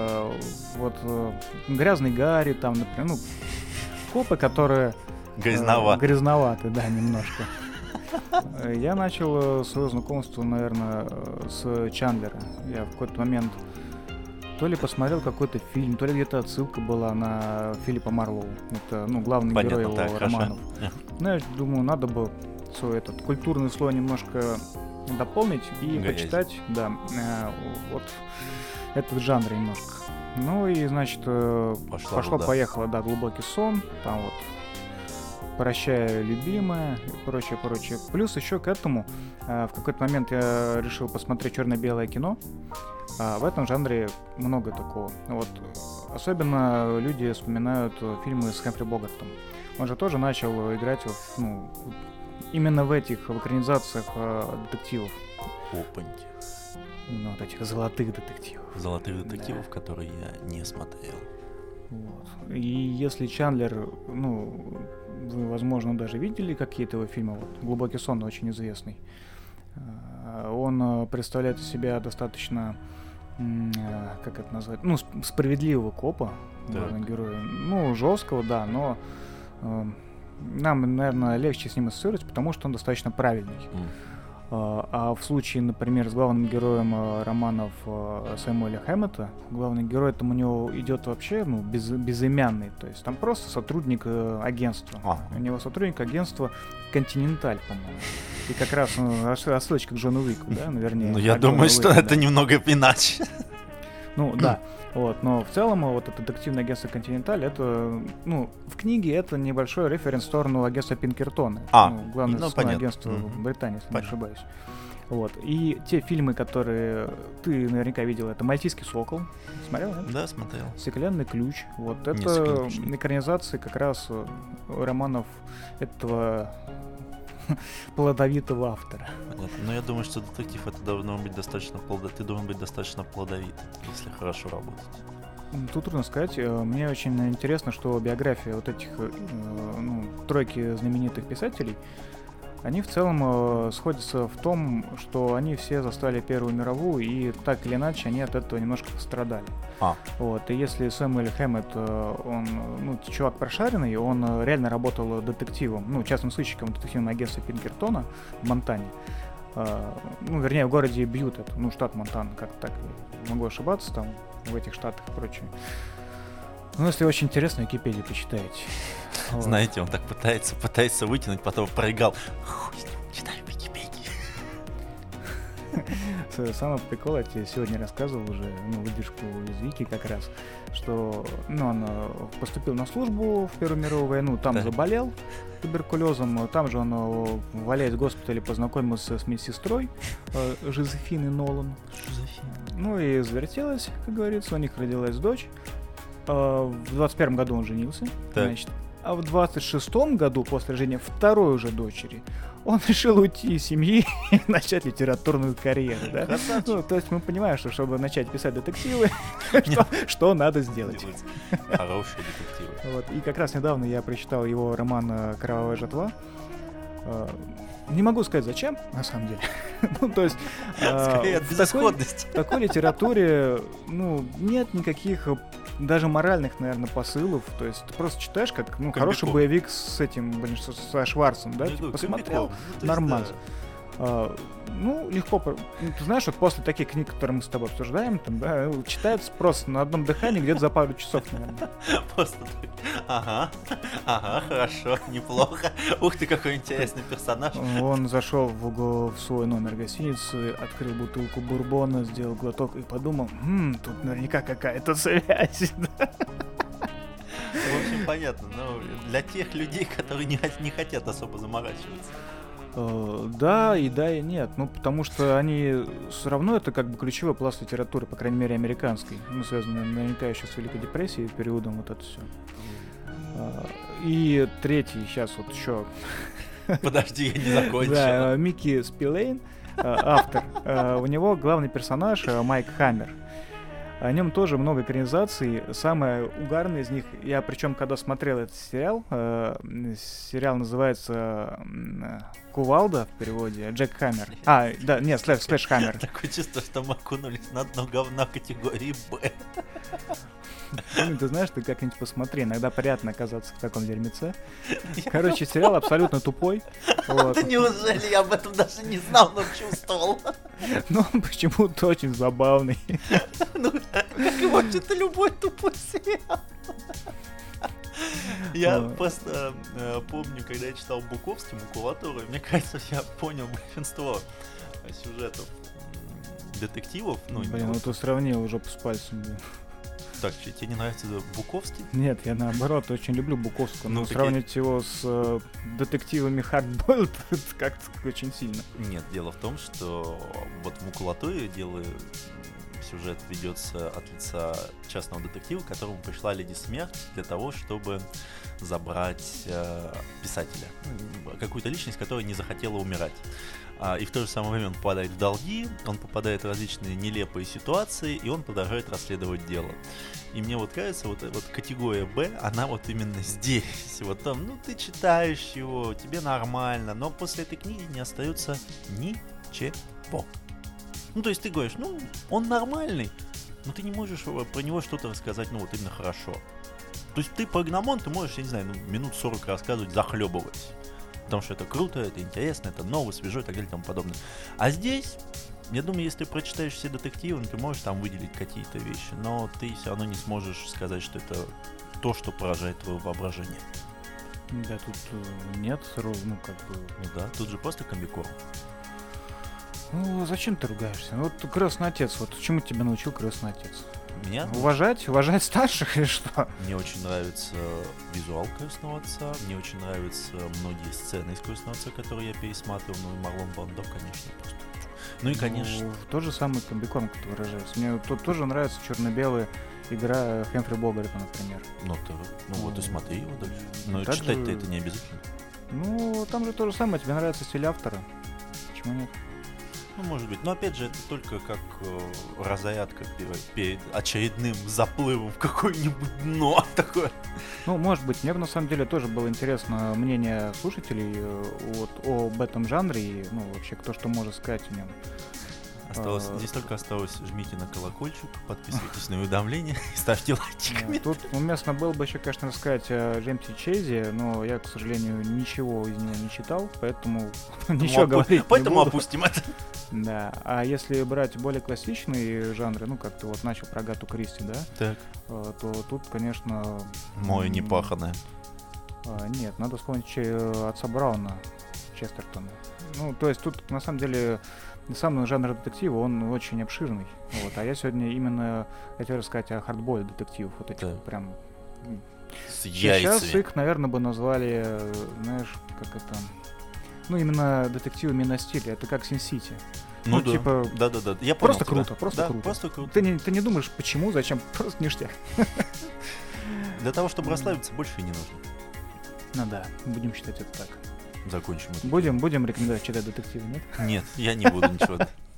Грязный Гарри, там, например, ну, копы, которые... Грязноваты, да, немножко. Я начал свое знакомство, наверное, с Чандлера. Я в какой-то момент то ли посмотрел какой-то фильм, то ли где-то отсылка была на Филиппа Марлоу. Это, ну, главный герой его романов. Ну, я думаю, надо бы свой этот культурный слой немножко дополнить и почитать, да, вот этот жанр немножко. Ну и, значит, пошло-поехало, да, глубокий сон, там вот «Прощай, любимая» и прочее. Плюс еще к этому в какой-то момент я решил посмотреть черно-белое кино. В этом жанре много такого. Вот. Особенно люди вспоминают фильмы с Хэмфри Богартом. Он же тоже начал играть именно в экранизациях детективов. Опаньки. Ну, вот этих золотых детективов. Золотых детективов, да. Которые я не смотрел. Вот. И если Чандлер, ну, вы, возможно, даже видели какие-то его фильмы, вот «Глубокий сон» очень известный, он представляет из себя достаточно, как это назвать, ну, справедливого копа, главного героя, ну, жесткого, да, но нам, наверное, легче с ним ассоциировать, потому что он достаточно правильный. А в случае, например, с главным героем романов Сэмюэля Хэммета, главный герой там у него идет вообще безымянный, то есть там просто сотрудник агентства. У него сотрудник агентства Континенталь, по-моему. И как раз отсылочка к Джону Уику, да, наверное. Ну, я думаю, что это немного иначе. Ну, да. Вот, но в целом вот это детективное агентство Континенталь, это, в книге это небольшой референс в сторону агентства Пинкертона. Главное агентство Британии, если не ошибаюсь. Вот. И те фильмы, которые ты наверняка видел, это «Мальтийский сокол». Смотрел, да? Да, смотрел. «Стеклянный ключ». Вот это экранизации как раз романов этого плодовитого автора. Понятно. Но я думаю, что детектив это должно быть достаточно ты должен быть достаточно плодовит, если хорошо работать. Тут трудно сказать. Мне очень интересно, что биография вот этих тройки знаменитых писателей, они в целом сходятся в том, что они все застали Первую мировую, и так или иначе они от этого немножко пострадали. Вот. И если Сэмюэль Хэммет, он, чувак прошаренный, он реально работал детективом, частным сыщиком в детективном агентстве Пинкертона в Монтане. Вернее, в городе Бьют, это, штат Монтана, как так, могу ошибаться там, в этих штатах и прочее. Если очень интересно, Википедию почитаете. Вот. Знаете, он так пытается вытянуть, потом проиграл. Читаю Википедию. Самый прикол, я тебе сегодня рассказывал уже, выдержку из Вики как раз, что он поступил на службу в Первую мировую войну, там заболел туберкулезом, там же он, валяясь в госпитале, познакомился с медсестрой Жозефиной Нолан. И завертелась, как говорится, у них родилась дочь. В 21 году он женился, значит. А в 26-м году, после рождения второй уже дочери, он решил уйти из семьи и начать литературную карьеру, да? То есть мы понимаем, что чтобы начать писать детективы, что надо сделать. Хорошие детективы. Вот. И как раз недавно я прочитал его роман «Кровавая жатва». Не могу сказать, зачем, на самом деле. То есть в такой литературе, нет никаких даже моральных, наверное, посылов. То есть ты просто читаешь, как хороший боевик с этим, со Шварцем, да? Посмотрел, нормально. Легко. Ты знаешь, вот после таких книг, которые мы с тобой обсуждаем, читается просто на одном дыхании где-то за пару часов, наверное. Просто ага, хорошо, неплохо. Ух ты, какой интересный персонаж. Он зашел в свой номер гостиницы, открыл бутылку бурбона, сделал глоток и подумал, тут наверняка какая-то связь. В общем, понятно, но для тех людей, которые не хотят особо заморачиваться. Да, и нет. Потому что они все равно это как бы ключевой пласт литературы, по крайней мере, американской. Связанный наверняка еще с Великой депрессией, периодом вот это все. И третий, сейчас вот еще. Подожди, я не закончил. Да, Микки Спиллейн, автор. У него главный персонаж Майк Хаммер. О нем тоже много экранизаций. Самое угарное из них, я причем когда смотрел этот сериал, сериал называется «Кувалда» в переводе, Джек Хаммер. Слэш Хаммер. Такое чувство, что мы окунулись на дно говна категории «Б». Ты знаешь, ты как-нибудь посмотри, иногда приятно оказаться в таком дерьмеце. Короче, сериал абсолютно тупой. Да неужели я об этом даже не знал, но чувствовал? Почему-то очень забавный. Как и вообще-то любой тупой сериал. Я просто помню, когда я читал Буковский «Макулатуру», мне кажется, я понял большинство сюжетов детективов. Ты сравнил жопу с пальцем. Так, тебе не нравится Буковский? Нет, я наоборот очень люблю Буковского, но сравнивать его с детективами Hardboiled как-то очень сильно. Нет, дело в том, что вот в «Макулатуре» сюжет ведется от лица частного детектива, которому пришла Леди Смерть для того, чтобы забрать писателя, какую-то личность, которая не захотела умирать. И в то же самое время он попадает в долги, он попадает в различные нелепые ситуации, и он продолжает расследовать дело. И мне кажется, вот категория «Б», она вот именно здесь. Вот там, ты читаешь его, тебе нормально, но после этой книги не остается ничего. То есть ты говоришь, он нормальный, но ты не можешь про него что-то рассказать, именно хорошо. То То есть ты про Гномон ты можешь, я не знаю, минут 40 рассказывать, захлебываясь. Потому что это круто, это интересно, это ново, свежо и так далее и тому подобное. А здесь, я думаю, если ты прочитаешь все детективы, ты можешь там выделить какие-то вещи, но ты все равно не сможешь сказать, что это то, что поражает твое воображение. Да, тут нет, ну как бы... Ну да, тут же просто комбикорм. Ну, зачем ты ругаешься? Вот крестный отец, вот чему тебя научил крестный отец? Меня Уважать старших или что? Мне очень нравится визуал крестного отца, мне очень нравятся многие сцены из крестного отца, которые я пересматривал, ну и Марлон Брандо, конечно, просто. Ну и, конечно... Ну, тот же самый комбикорм, как ты выражаешься. Мне тут тоже нравится черно-белая игра Хэмфри Богарта, например. Ну вот и смотри его дальше. Но так читать-то же... это не обязательно. Ну, там же то же самое, тебе нравится стиль автора. Почему нет? Ну, может быть. Но опять же, это только как разрядка перед очередным заплывом в какое-нибудь дно такое. Ну, может быть. Мне на самом деле тоже было интересно мнение слушателей вот об этом жанре и, ну, вообще, кто что может сказать о нем. Здесь только осталось: жмите на колокольчик, подписывайтесь на уведомления и ставьте лайчиками. Тут уместно было бы еще, конечно, рассказать о Джеймсе Чейзе, но я, к сожалению, ничего из него не читал, поэтому ничего говорить не буду. Поэтому опустим это. Да, а если брать более классичные жанры, ну, как ты вот начал про Агату Кристи, да? Так. То тут, конечно... Мое непаханное. Нет, надо вспомнить отца Брауна, Честертона. Ну, то есть тут, на самом деле... Сам жанр детектива, он очень обширный. Вот. А я сегодня именно хотел рассказать о хардбойле детективов. Вот этих вот прям... С яйцами. Сейчас их, наверное, бы назвали, знаешь, как это... Ну, именно детективами на стиле. Это как Син-Сити. Ну да, типа... Да. Я понял просто тебя. Круто, просто да, круто. Просто круто. Ты не думаешь, почему, зачем? Просто ништяк. Для того, чтобы расслабиться, больше и не нужно. Ну да, будем считать это так. Закончим это. Будем рекомендовать читать детективы, нет? Нет, я не буду ничего.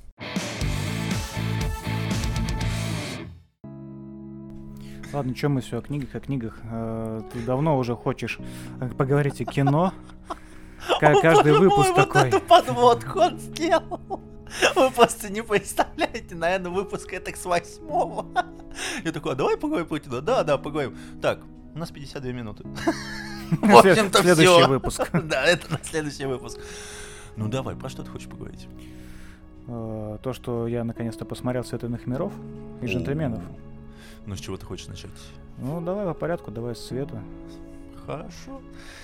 Ладно, что мы все о книгах. Ты давно уже хочешь поговорить о кино. Каждый выпуск такой. Вот эту подводку он сделал. Вы просто не представляете, наверное, выпуск это с 8-го. Я такой: а давай поговорим про кино. Да, поговорим. Так, у нас 52 минуты. В общем-то, следующий выпуск. Да, это на следующий выпуск. Ну давай, про что ты хочешь поговорить? То, что я наконец-то посмотрел «Свет иных миров» и «Джентльменов». Ну, с чего ты хочешь начать? Ну, давай по порядку, давай с Света. Хорошо.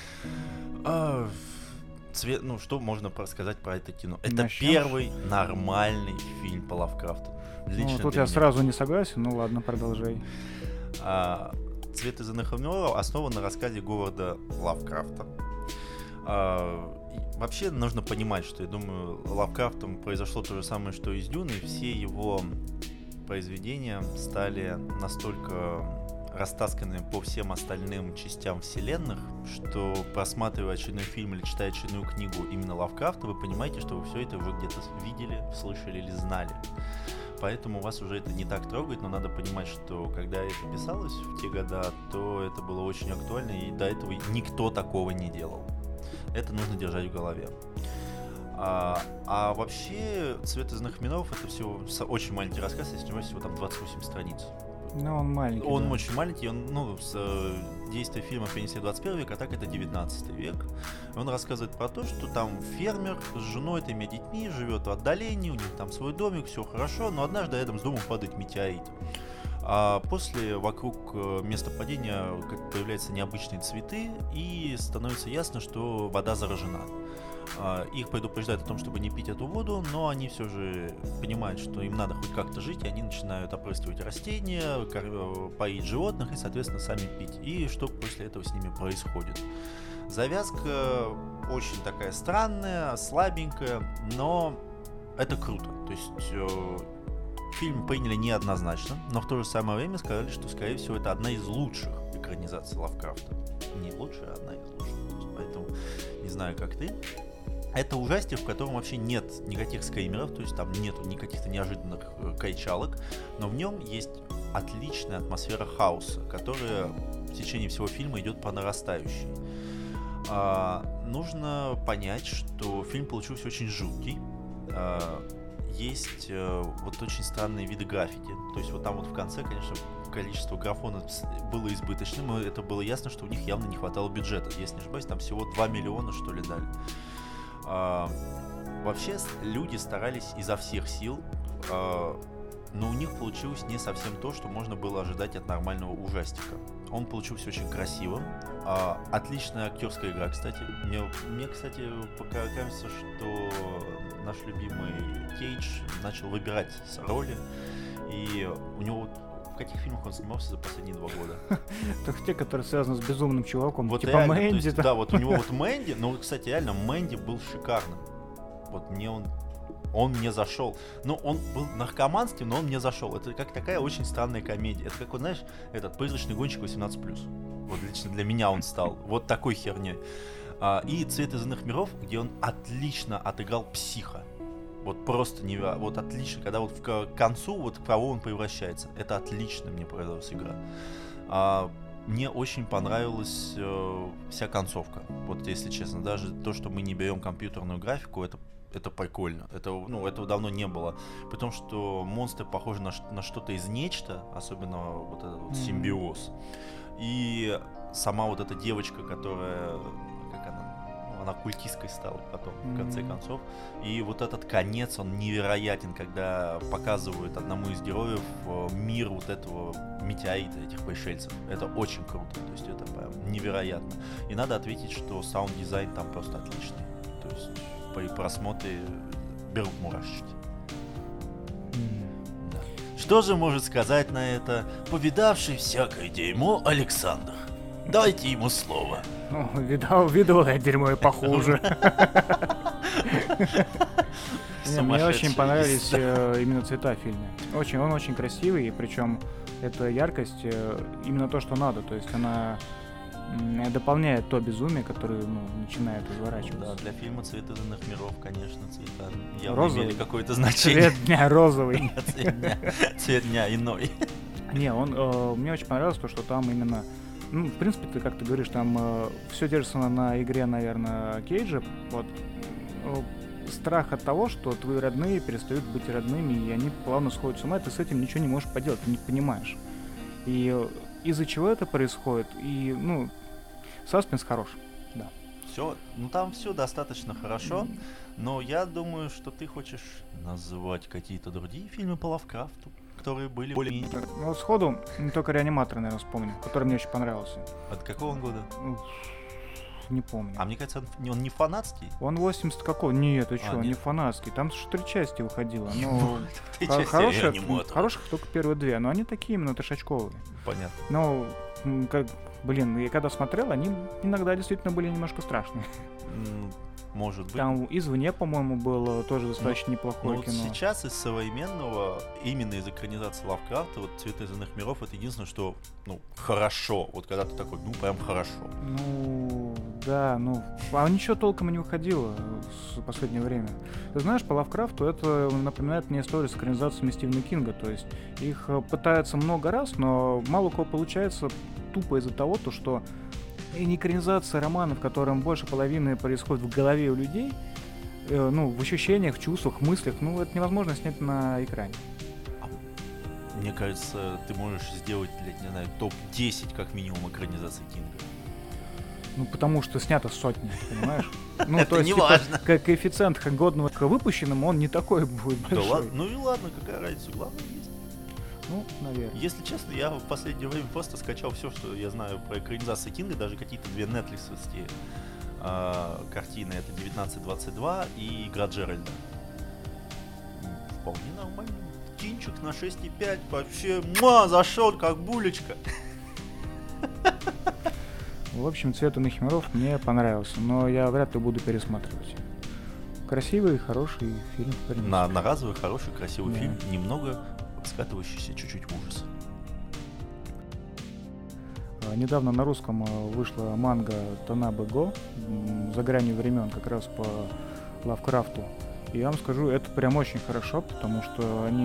Ну, что можно сказать про это кино? Это Начнёшь? Первый нормальный фильм по Лавкрафту. Ну, тут я сразу не согласен, ну ладно, продолжай. «Свет из иных миров» основан на рассказе Говарда Лавкрафта. Вообще нужно понимать, что, я думаю, Лавкрафтом произошло то же самое, что и с Дюной. Все его произведения стали настолько растасканы по всем остальным частям вселенных, что, просматривая очередной фильм или читая очередную книгу именно Лавкрафта, вы понимаете, что вы все это уже где-то видели, слышали или знали. Поэтому вас уже это не так трогает, но надо понимать, что когда это писалось в те года, то это было очень актуально, и до этого никто такого не делал. Это нужно держать в голове. А вообще, «Свет из иных миров» — это всего очень маленький рассказ, если не ошибаюсь, всего там 28 страниц. Ну, он маленький. Он да. очень маленький, действие фильма перенесли в 21 век, а так это 19 век. Он рассказывает про то, что там фермер с женой, тремя детьми живет в отдалении, у них там свой домик, все хорошо, но однажды рядом с домом падает метеорит. А после вокруг места падения появляются необычные цветы, и становится ясно, что вода заражена. Их предупреждают о том, чтобы не пить эту воду, но они все же понимают, что им надо хоть как-то жить, и они начинают опрыскивать растения, поить животных и, соответственно, сами пить. И что после этого с ними происходит? Завязка очень такая странная, слабенькая, но это круто. То есть фильм приняли неоднозначно, но в то же самое время сказали, что, скорее всего, это одна из лучших экранизаций Лавкрафта. Не лучшая, а одна из лучших. Поэтому не знаю, как ты. Это ужастик, в котором вообще нет никаких скримеров, то есть там нету никаких-то неожиданных кричалок, но в нем есть отличная атмосфера хаоса, которая в течение всего фильма идет по нарастающей. Нужно понять, что фильм получился очень жуткий, есть вот очень странные виды граффити. То есть вот там вот в конце, конечно, количество графонов было избыточным, и это было ясно, что у них явно не хватало бюджета. Если не ошибаюсь, там всего 2 миллиона, что ли, дали. Вообще люди старались изо всех сил, но у них получилось не совсем то, что можно было ожидать от нормального ужастика. Он получился очень красивым. Отличная актерская игра, кстати. Мне, кстати, пока кажется, что наш любимый Кейдж начал выбирать роли. И у него... В каких фильмах он снимался за последние 2 года? Так те, которые связаны с безумным чуваком, вот типа реально, Мэнди. Есть, да, вот у него вот Мэнди, но, кстати, реально, Мэнди был шикарным. Вот мне он мне зашел. Ну, он был наркоманским, но он мне зашел. Это как такая очень странная комедия. Это как, вот, знаешь, этот «Призрачный гонщик 18+». Вот лично для меня он стал вот такой херней. И «Цвет из иных миров», где он отлично отыграл психа. Вот просто невероятно. Вот отлично. Когда вот к концу, вот в кого он превращается. Это отлично мне понравилась игра. Мне очень понравилась вся концовка. Вот если честно, даже то, что мы не берем компьютерную графику, это прикольно. Этого давно не было. Потому что монстры похожи на что-то из нечто, особенно вот этот вот симбиоз. И сама вот эта девочка, которая, как она культисткой стала потом, в конце концов. И вот этот конец, он невероятен, когда показывают одному из героев мир вот этого метеорита, этих пришельцев. Это очень круто, то есть это прям невероятно. И надо ответить, что саунд-дизайн там просто отличный. То есть при просмотре берут мурашечки. Да. Что же может сказать на это повидавший всякое дерьмо Александр? Дайте ему слово. Ну, видывал я дерьмо и похуже. Мне очень понравились именно цвета в фильме. Он очень красивый, и причем эта яркость именно то, что надо. То есть она дополняет то безумие, которое начинает разворачиваться. Да, для фильма «Цвет из иных миров», конечно, цвета явно розовый. Имели какое-то значение. Цвет дня розовый. Цвет дня иной. Не, мне очень понравилось то, что там именно... Ну, в принципе, как ты говоришь, там все держится на игре, наверное, Кейджа. Вот страх от того, что твои родные перестают быть родными, и они плавно сходят с ума, и ты с этим ничего не можешь поделать, ты не понимаешь. И из-за чего это происходит, и, саспенс хорош, да. Все, там все достаточно хорошо, но я думаю, что ты хочешь назвать какие-то другие фильмы по Лавкрафту, которые были более-менее... Вот сходу только «Реаниматор», наверное, вспомню, который мне очень понравился. От какого он года? Не помню. А мне кажется, он не фанатский? Он 80 какого? Нет, ты что, не фанатский. Там 3 части выходило. Хороших только первые 2, но они такие именно трешачковые. Понятно. Но, я когда смотрел, они иногда действительно были немножко страшные. Может быть. Там «Извне», по-моему, было тоже достаточно неплохое кино. Вот сейчас из современного, именно из экранизации Лавкрафта, вот «Цвет из иных миров» — это единственное, что, хорошо. Вот когда ты такой, прям хорошо. Да, а ничего толком и не выходило в последнее время. Ты знаешь, по Лавкрафту это напоминает мне историю с экранизациями Стивена Кинга. То есть их пытаются много раз, но мало у кого получается тупо из-за того, что экранизация романа, в котором больше половины происходит в голове у людей, в ощущениях, в чувствах, мыслях, это невозможно снять на экране. Мне кажется, ты можешь сделать, не знаю, топ-10 как минимум экранизации Кинга. Потому что снято сотни, понимаешь? Это не важно. Коэффициент годного к выпущенному, он не такой будет большой. Да ладно, и ладно, какая разница, главное есть. Наверное. Если честно, я в последнее время просто скачал все, что я знаю про экранизации Кинга, даже какие-то 2 нетфликсовские картины, это 1922 и «Игра Джеральда». Вполне нормальный кинчик на 6,5, вообще зашел как булечка. В общем, «Цвет иных миров» мне понравился, но я вряд ли буду пересматривать. Красивый, хороший фильм. На разовый, хороший, красивый фильм, немного скатывающийся чуть-чуть в ужас. Недавно на русском вышла манга «Танабе Го» «За гранью времен», как раз по Лавкрафту. И я вам скажу, это прям очень хорошо, потому что они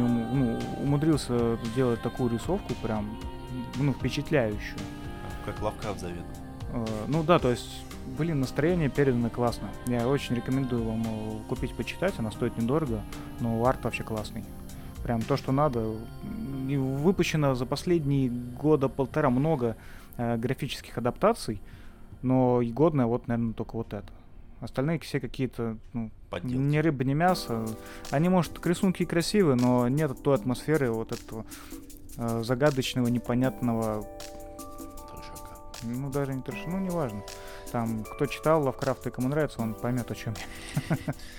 умудрился сделать такую рисовку прям впечатляющую. Как Лавкрафт заведомо. Ну да, то есть, блин, настроение передано классно. Я очень рекомендую вам купить, почитать, она стоит недорого, но арт вообще классный. Прям то, что надо. И выпущено за последние года полтора много графических адаптаций, но и годное вот, наверное, только вот это. Остальные все какие-то, ну, Подделки. ни рыба, ни мясо. Они, может, рисунки и красивые, но нет той атмосферы вот этого загадочного, непонятного... Трешака. Ну, даже не трэш, ну, неважно. Там, кто читал Лавкрафта и кому нравится, он поймет, о чем я.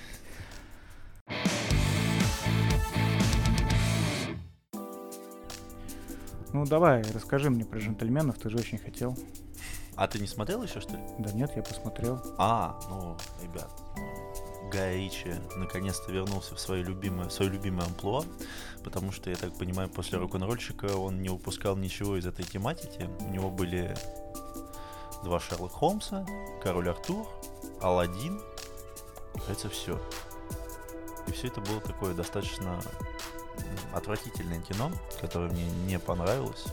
Ну, давай, расскажи мне про «Джентльменов», ты же очень хотел. А ты не смотрел еще, что ли? Да нет, я посмотрел. Ну, ребят, Гай Ричи наконец-то вернулся в свое любимое амплуа, потому что, я так понимаю, после «Рок-н-ролльщика» он не упускал ничего из этой тематики. У него были 2 Шерлок Холмса, Король Артур, Аладдин. Это все. И все это было такое достаточно отвратительное кино, которое мне не понравилось.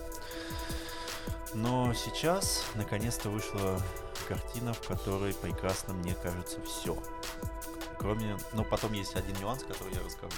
Но сейчас наконец-то вышла картина, в которой прекрасно, мне кажется, все. Кроме... Ну, потом есть один нюанс, который я расскажу.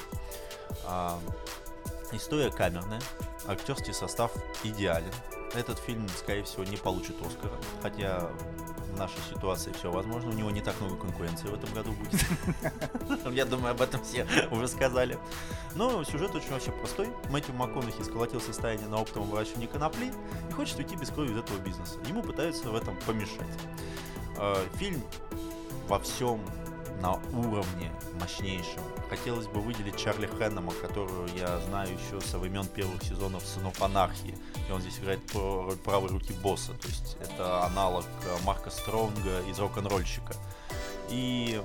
История камерная, актерский состав идеален. Этот фильм, скорее всего, не получит Оскара, хотя в нашей ситуации все возможно. У него не так много конкуренции в этом году будет. Я думаю, об этом все уже сказали. Но сюжет очень вообще простой. Мэтью МакКонахи сколотил состояние на оптовом выращивании конопли и хочет уйти без крови из этого бизнеса. Ему пытаются в этом помешать. Фильм во всем на уровне мощнейшем. Хотелось бы выделить Чарли Хэннема, которую я знаю еще со времен первых сезонов «Сынов анархии». И он здесь играет роль правой руки босса. То есть это аналог Марка Стронга из «Рок-н-ролльщика». И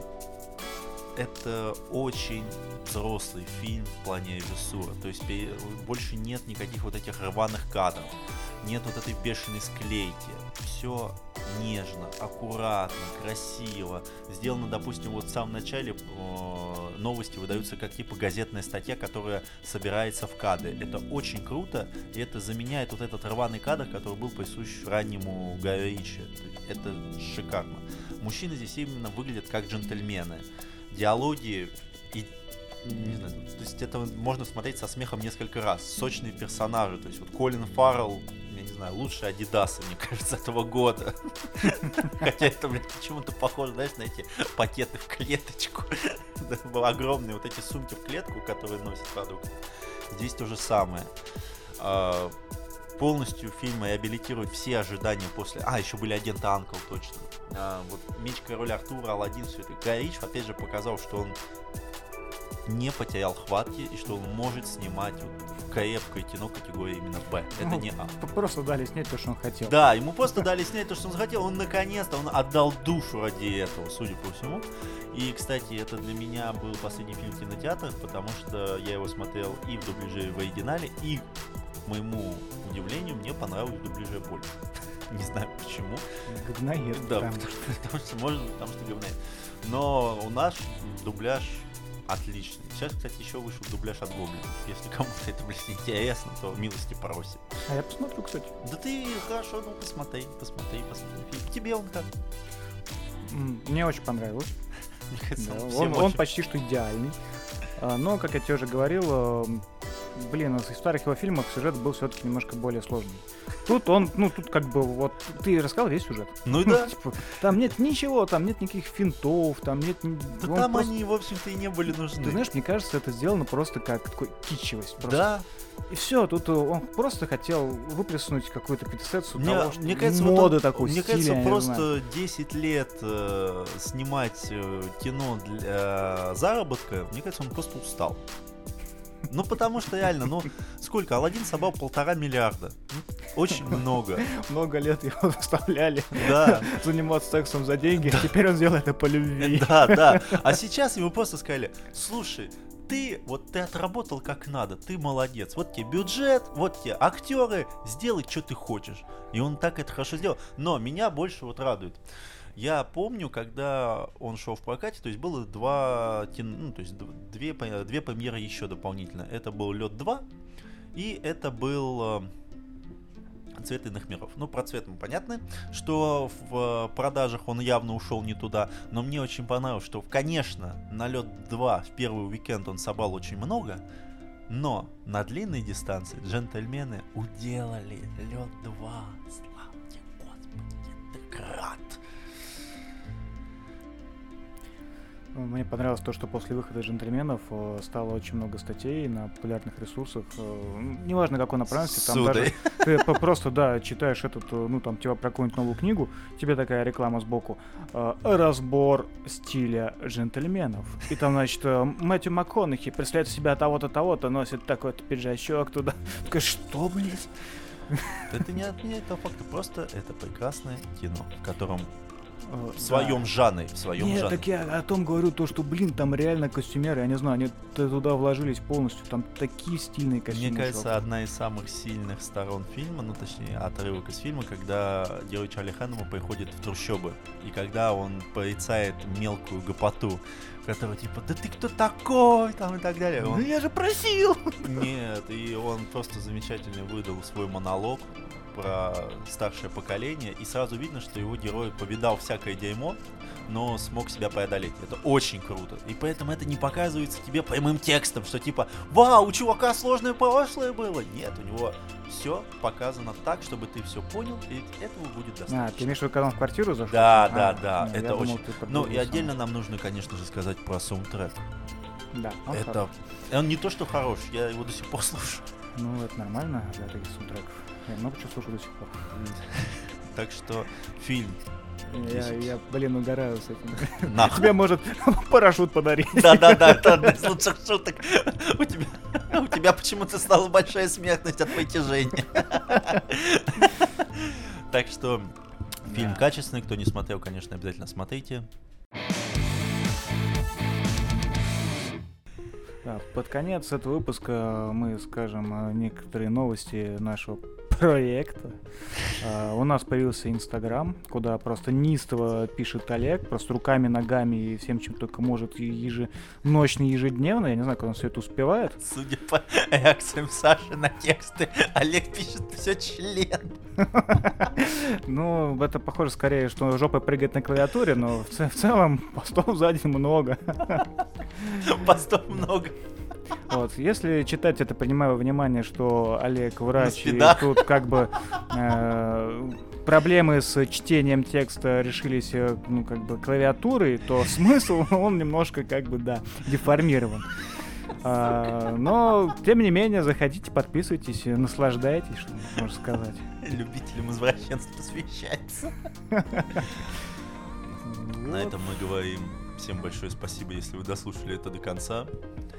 это очень взрослый фильм в плане режиссуры. То есть больше нет никаких вот этих рваных кадров. Нет вот этой бешеной склейки. Все нежно, аккуратно, красиво. Сделано, допустим, вот в самом начале новости выдаются как типа газетная статья, которая собирается в кадры. Это очень круто, и это заменяет вот этот рваный кадр, который был присущ раннему Гаю Ричи. Это шикарно. Мужчины здесь именно выглядят как джентльмены. Диалоги и не знаю, то есть это можно смотреть со смехом несколько раз. Сочные персонажи, то есть вот Колин Фаррелл, я не знаю, лучшие Адидасы, мне кажется, этого года. Хотя это, блядь, почему-то похоже, знаешь, на эти пакеты в клеточку. Огромные вот эти сумки в клетку, которые носят продукты. Здесь то же самое. Полностью фильм реабилитирует все ожидания после... еще были агенты Анкл, точно. Вот Меч Короля Артура, Аладдин, все это. Гай Ричи, опять же, показал, что он не потерял хватки и что он может снимать вот крепкое кино категории именно Б. Это не А. Просто дали снять то, что он хотел. Да, ему просто дали снять то, что он захотел. Он наконец-то, он отдал душу ради этого, судя по всему. И, кстати, это для меня был последний фильм в кинотеатрах, потому что я его смотрел и в дубляже в оригинале, и, к моему удивлению, мне понравилось в дубляже больше. Не знаю почему. Говноед. Да, потому что говноед. Но у нас дубляж отличный. Сейчас, кстати, еще вышел дубляж от Гоблина. Если кому-то это, блядь, интересно, то милости просим. А я посмотрю, кстати. Да ты хорошо, ну посмотри. Тебе он как? Мне очень понравилось. Мне кажется, да, он почти что идеальный. Но, как я тебе уже говорил, в старых его фильмах сюжет был все-таки немножко более сложный. Тут тут как бы вот ты рассказал весь сюжет. Ну да. Типа, там нет ничего, там нет никаких финтов, там нет... Да там просто... они, в общем-то, и не были нужны. Ты знаешь, мне кажется, это сделано просто как такой китчевость. Просто. Да. И все, тут он просто хотел выплеснуть какую-то квинтэссенцию того, что мне кажется, моды вот такой мне стиля, кажется, просто 10 лет снимать кино для заработка, мне кажется, он просто устал. Ну, потому что реально, сколько? Аладдин собрал 1,5 миллиарда. Очень много. Много лет его заставляли заниматься сексом за деньги, а теперь он сделает это по любви. Да. А сейчас ему просто сказали: слушай, ты отработал как надо, ты молодец. Вот тебе бюджет, вот тебе актеры, сделай, что ты хочешь. И он так это хорошо сделал. Но меня больше радует. Я помню, когда он шел в прокате, то есть было две премьеры еще дополнительно. Это был «Лед 2» и это был Цвет иных миров. Ну, про цвет мы понятно, что в продажах он явно ушел не туда, но мне очень понравилось, что, конечно, на Лед 2 в первый уикенд он собрал очень много, но на длинной дистанции джентльмены уделали Лед 2. Славьте, Господи, Эдеград. Мне понравилось то, что после выхода «Джентльменов» стало очень много статей на популярных ресурсах. Неважно, какой направленности, там даже ты просто, да, читаешь этот, ну, там, типа, про какую-нибудь новую книгу, тебе такая реклама сбоку. Разбор стиля «Джентльменов». И там, значит, Мэтью МакКонахи представляет себя того-то, того-то, носит такой-то пиджачок туда. Такой, что, блядь? Это не отменяет того факта, просто это прекрасное кино, в котором в своем жанре, Нет, так я о том говорю, то, что, блин, там реально костюмеры, я не знаю, они туда вложились полностью, там такие стильные костюмы. Мне кажется, одна из самых сильных сторон фильма, ну, точнее, отрывок из фильма, когда герой Чарли Хэннема приходит в трущобы, и когда он порицает мелкую гопоту, которая типа, да ты кто такой, там, и так далее. Ну я же просил! Нет, и он просто замечательно выдал свой монолог про старшее поколение, и сразу видно, что его герой повидал всякое дерьмо, но смог себя преодолеть. Это очень круто. И поэтому это не показывается тебе прямым текстом, что типа, вау, у чувака сложное прошлое было. Нет, у него все показано так, чтобы ты все понял, и этого будет достаточно. Ты имеешь в виду, когда он в квартиру зашел? Да, нет, это очень... Ну и сам. отдельно нам нужно, конечно же, сказать про саундтрек. Да, он не то, что хорош, я его до сих пор слушаю. Ну, это нормально для таких саундтреков. Я много чего слушаю до сих пор. Так что фильм. Я, блин, угораю с этим. Нахуй. Тебе может парашют подарить. Да, это одна из лучших шуток. У тебя почему-то стала большая смертность от притяжения. Так что фильм качественный. Кто не смотрел, конечно, обязательно смотрите. Под конец этого выпуска мы скажем некоторые новости нашего проекта. У нас появился Инстаграм, куда просто неистово пишет Олег, просто руками, ногами и всем, чем только может, ночно, ежедневно. Я не знаю, как он все это успевает. Судя по реакциям Саши на тексты, Олег пишет все член. Ну, это похоже скорее, что жопа прыгает на клавиатуре, но в целом постов за день много. Постов много. Вот. Если читать это, принимая во внимание, что Олег врач, и тут как бы проблемы с чтением текста решились, ну, как бы клавиатурой, то смысл, он немножко, как бы, да, деформирован. Но, тем не менее, заходите, подписывайтесь, наслаждайтесь, что можно сказать. Любителям извращенств посвящается. На этом мы говорим всем большое спасибо, если вы дослушали это до конца.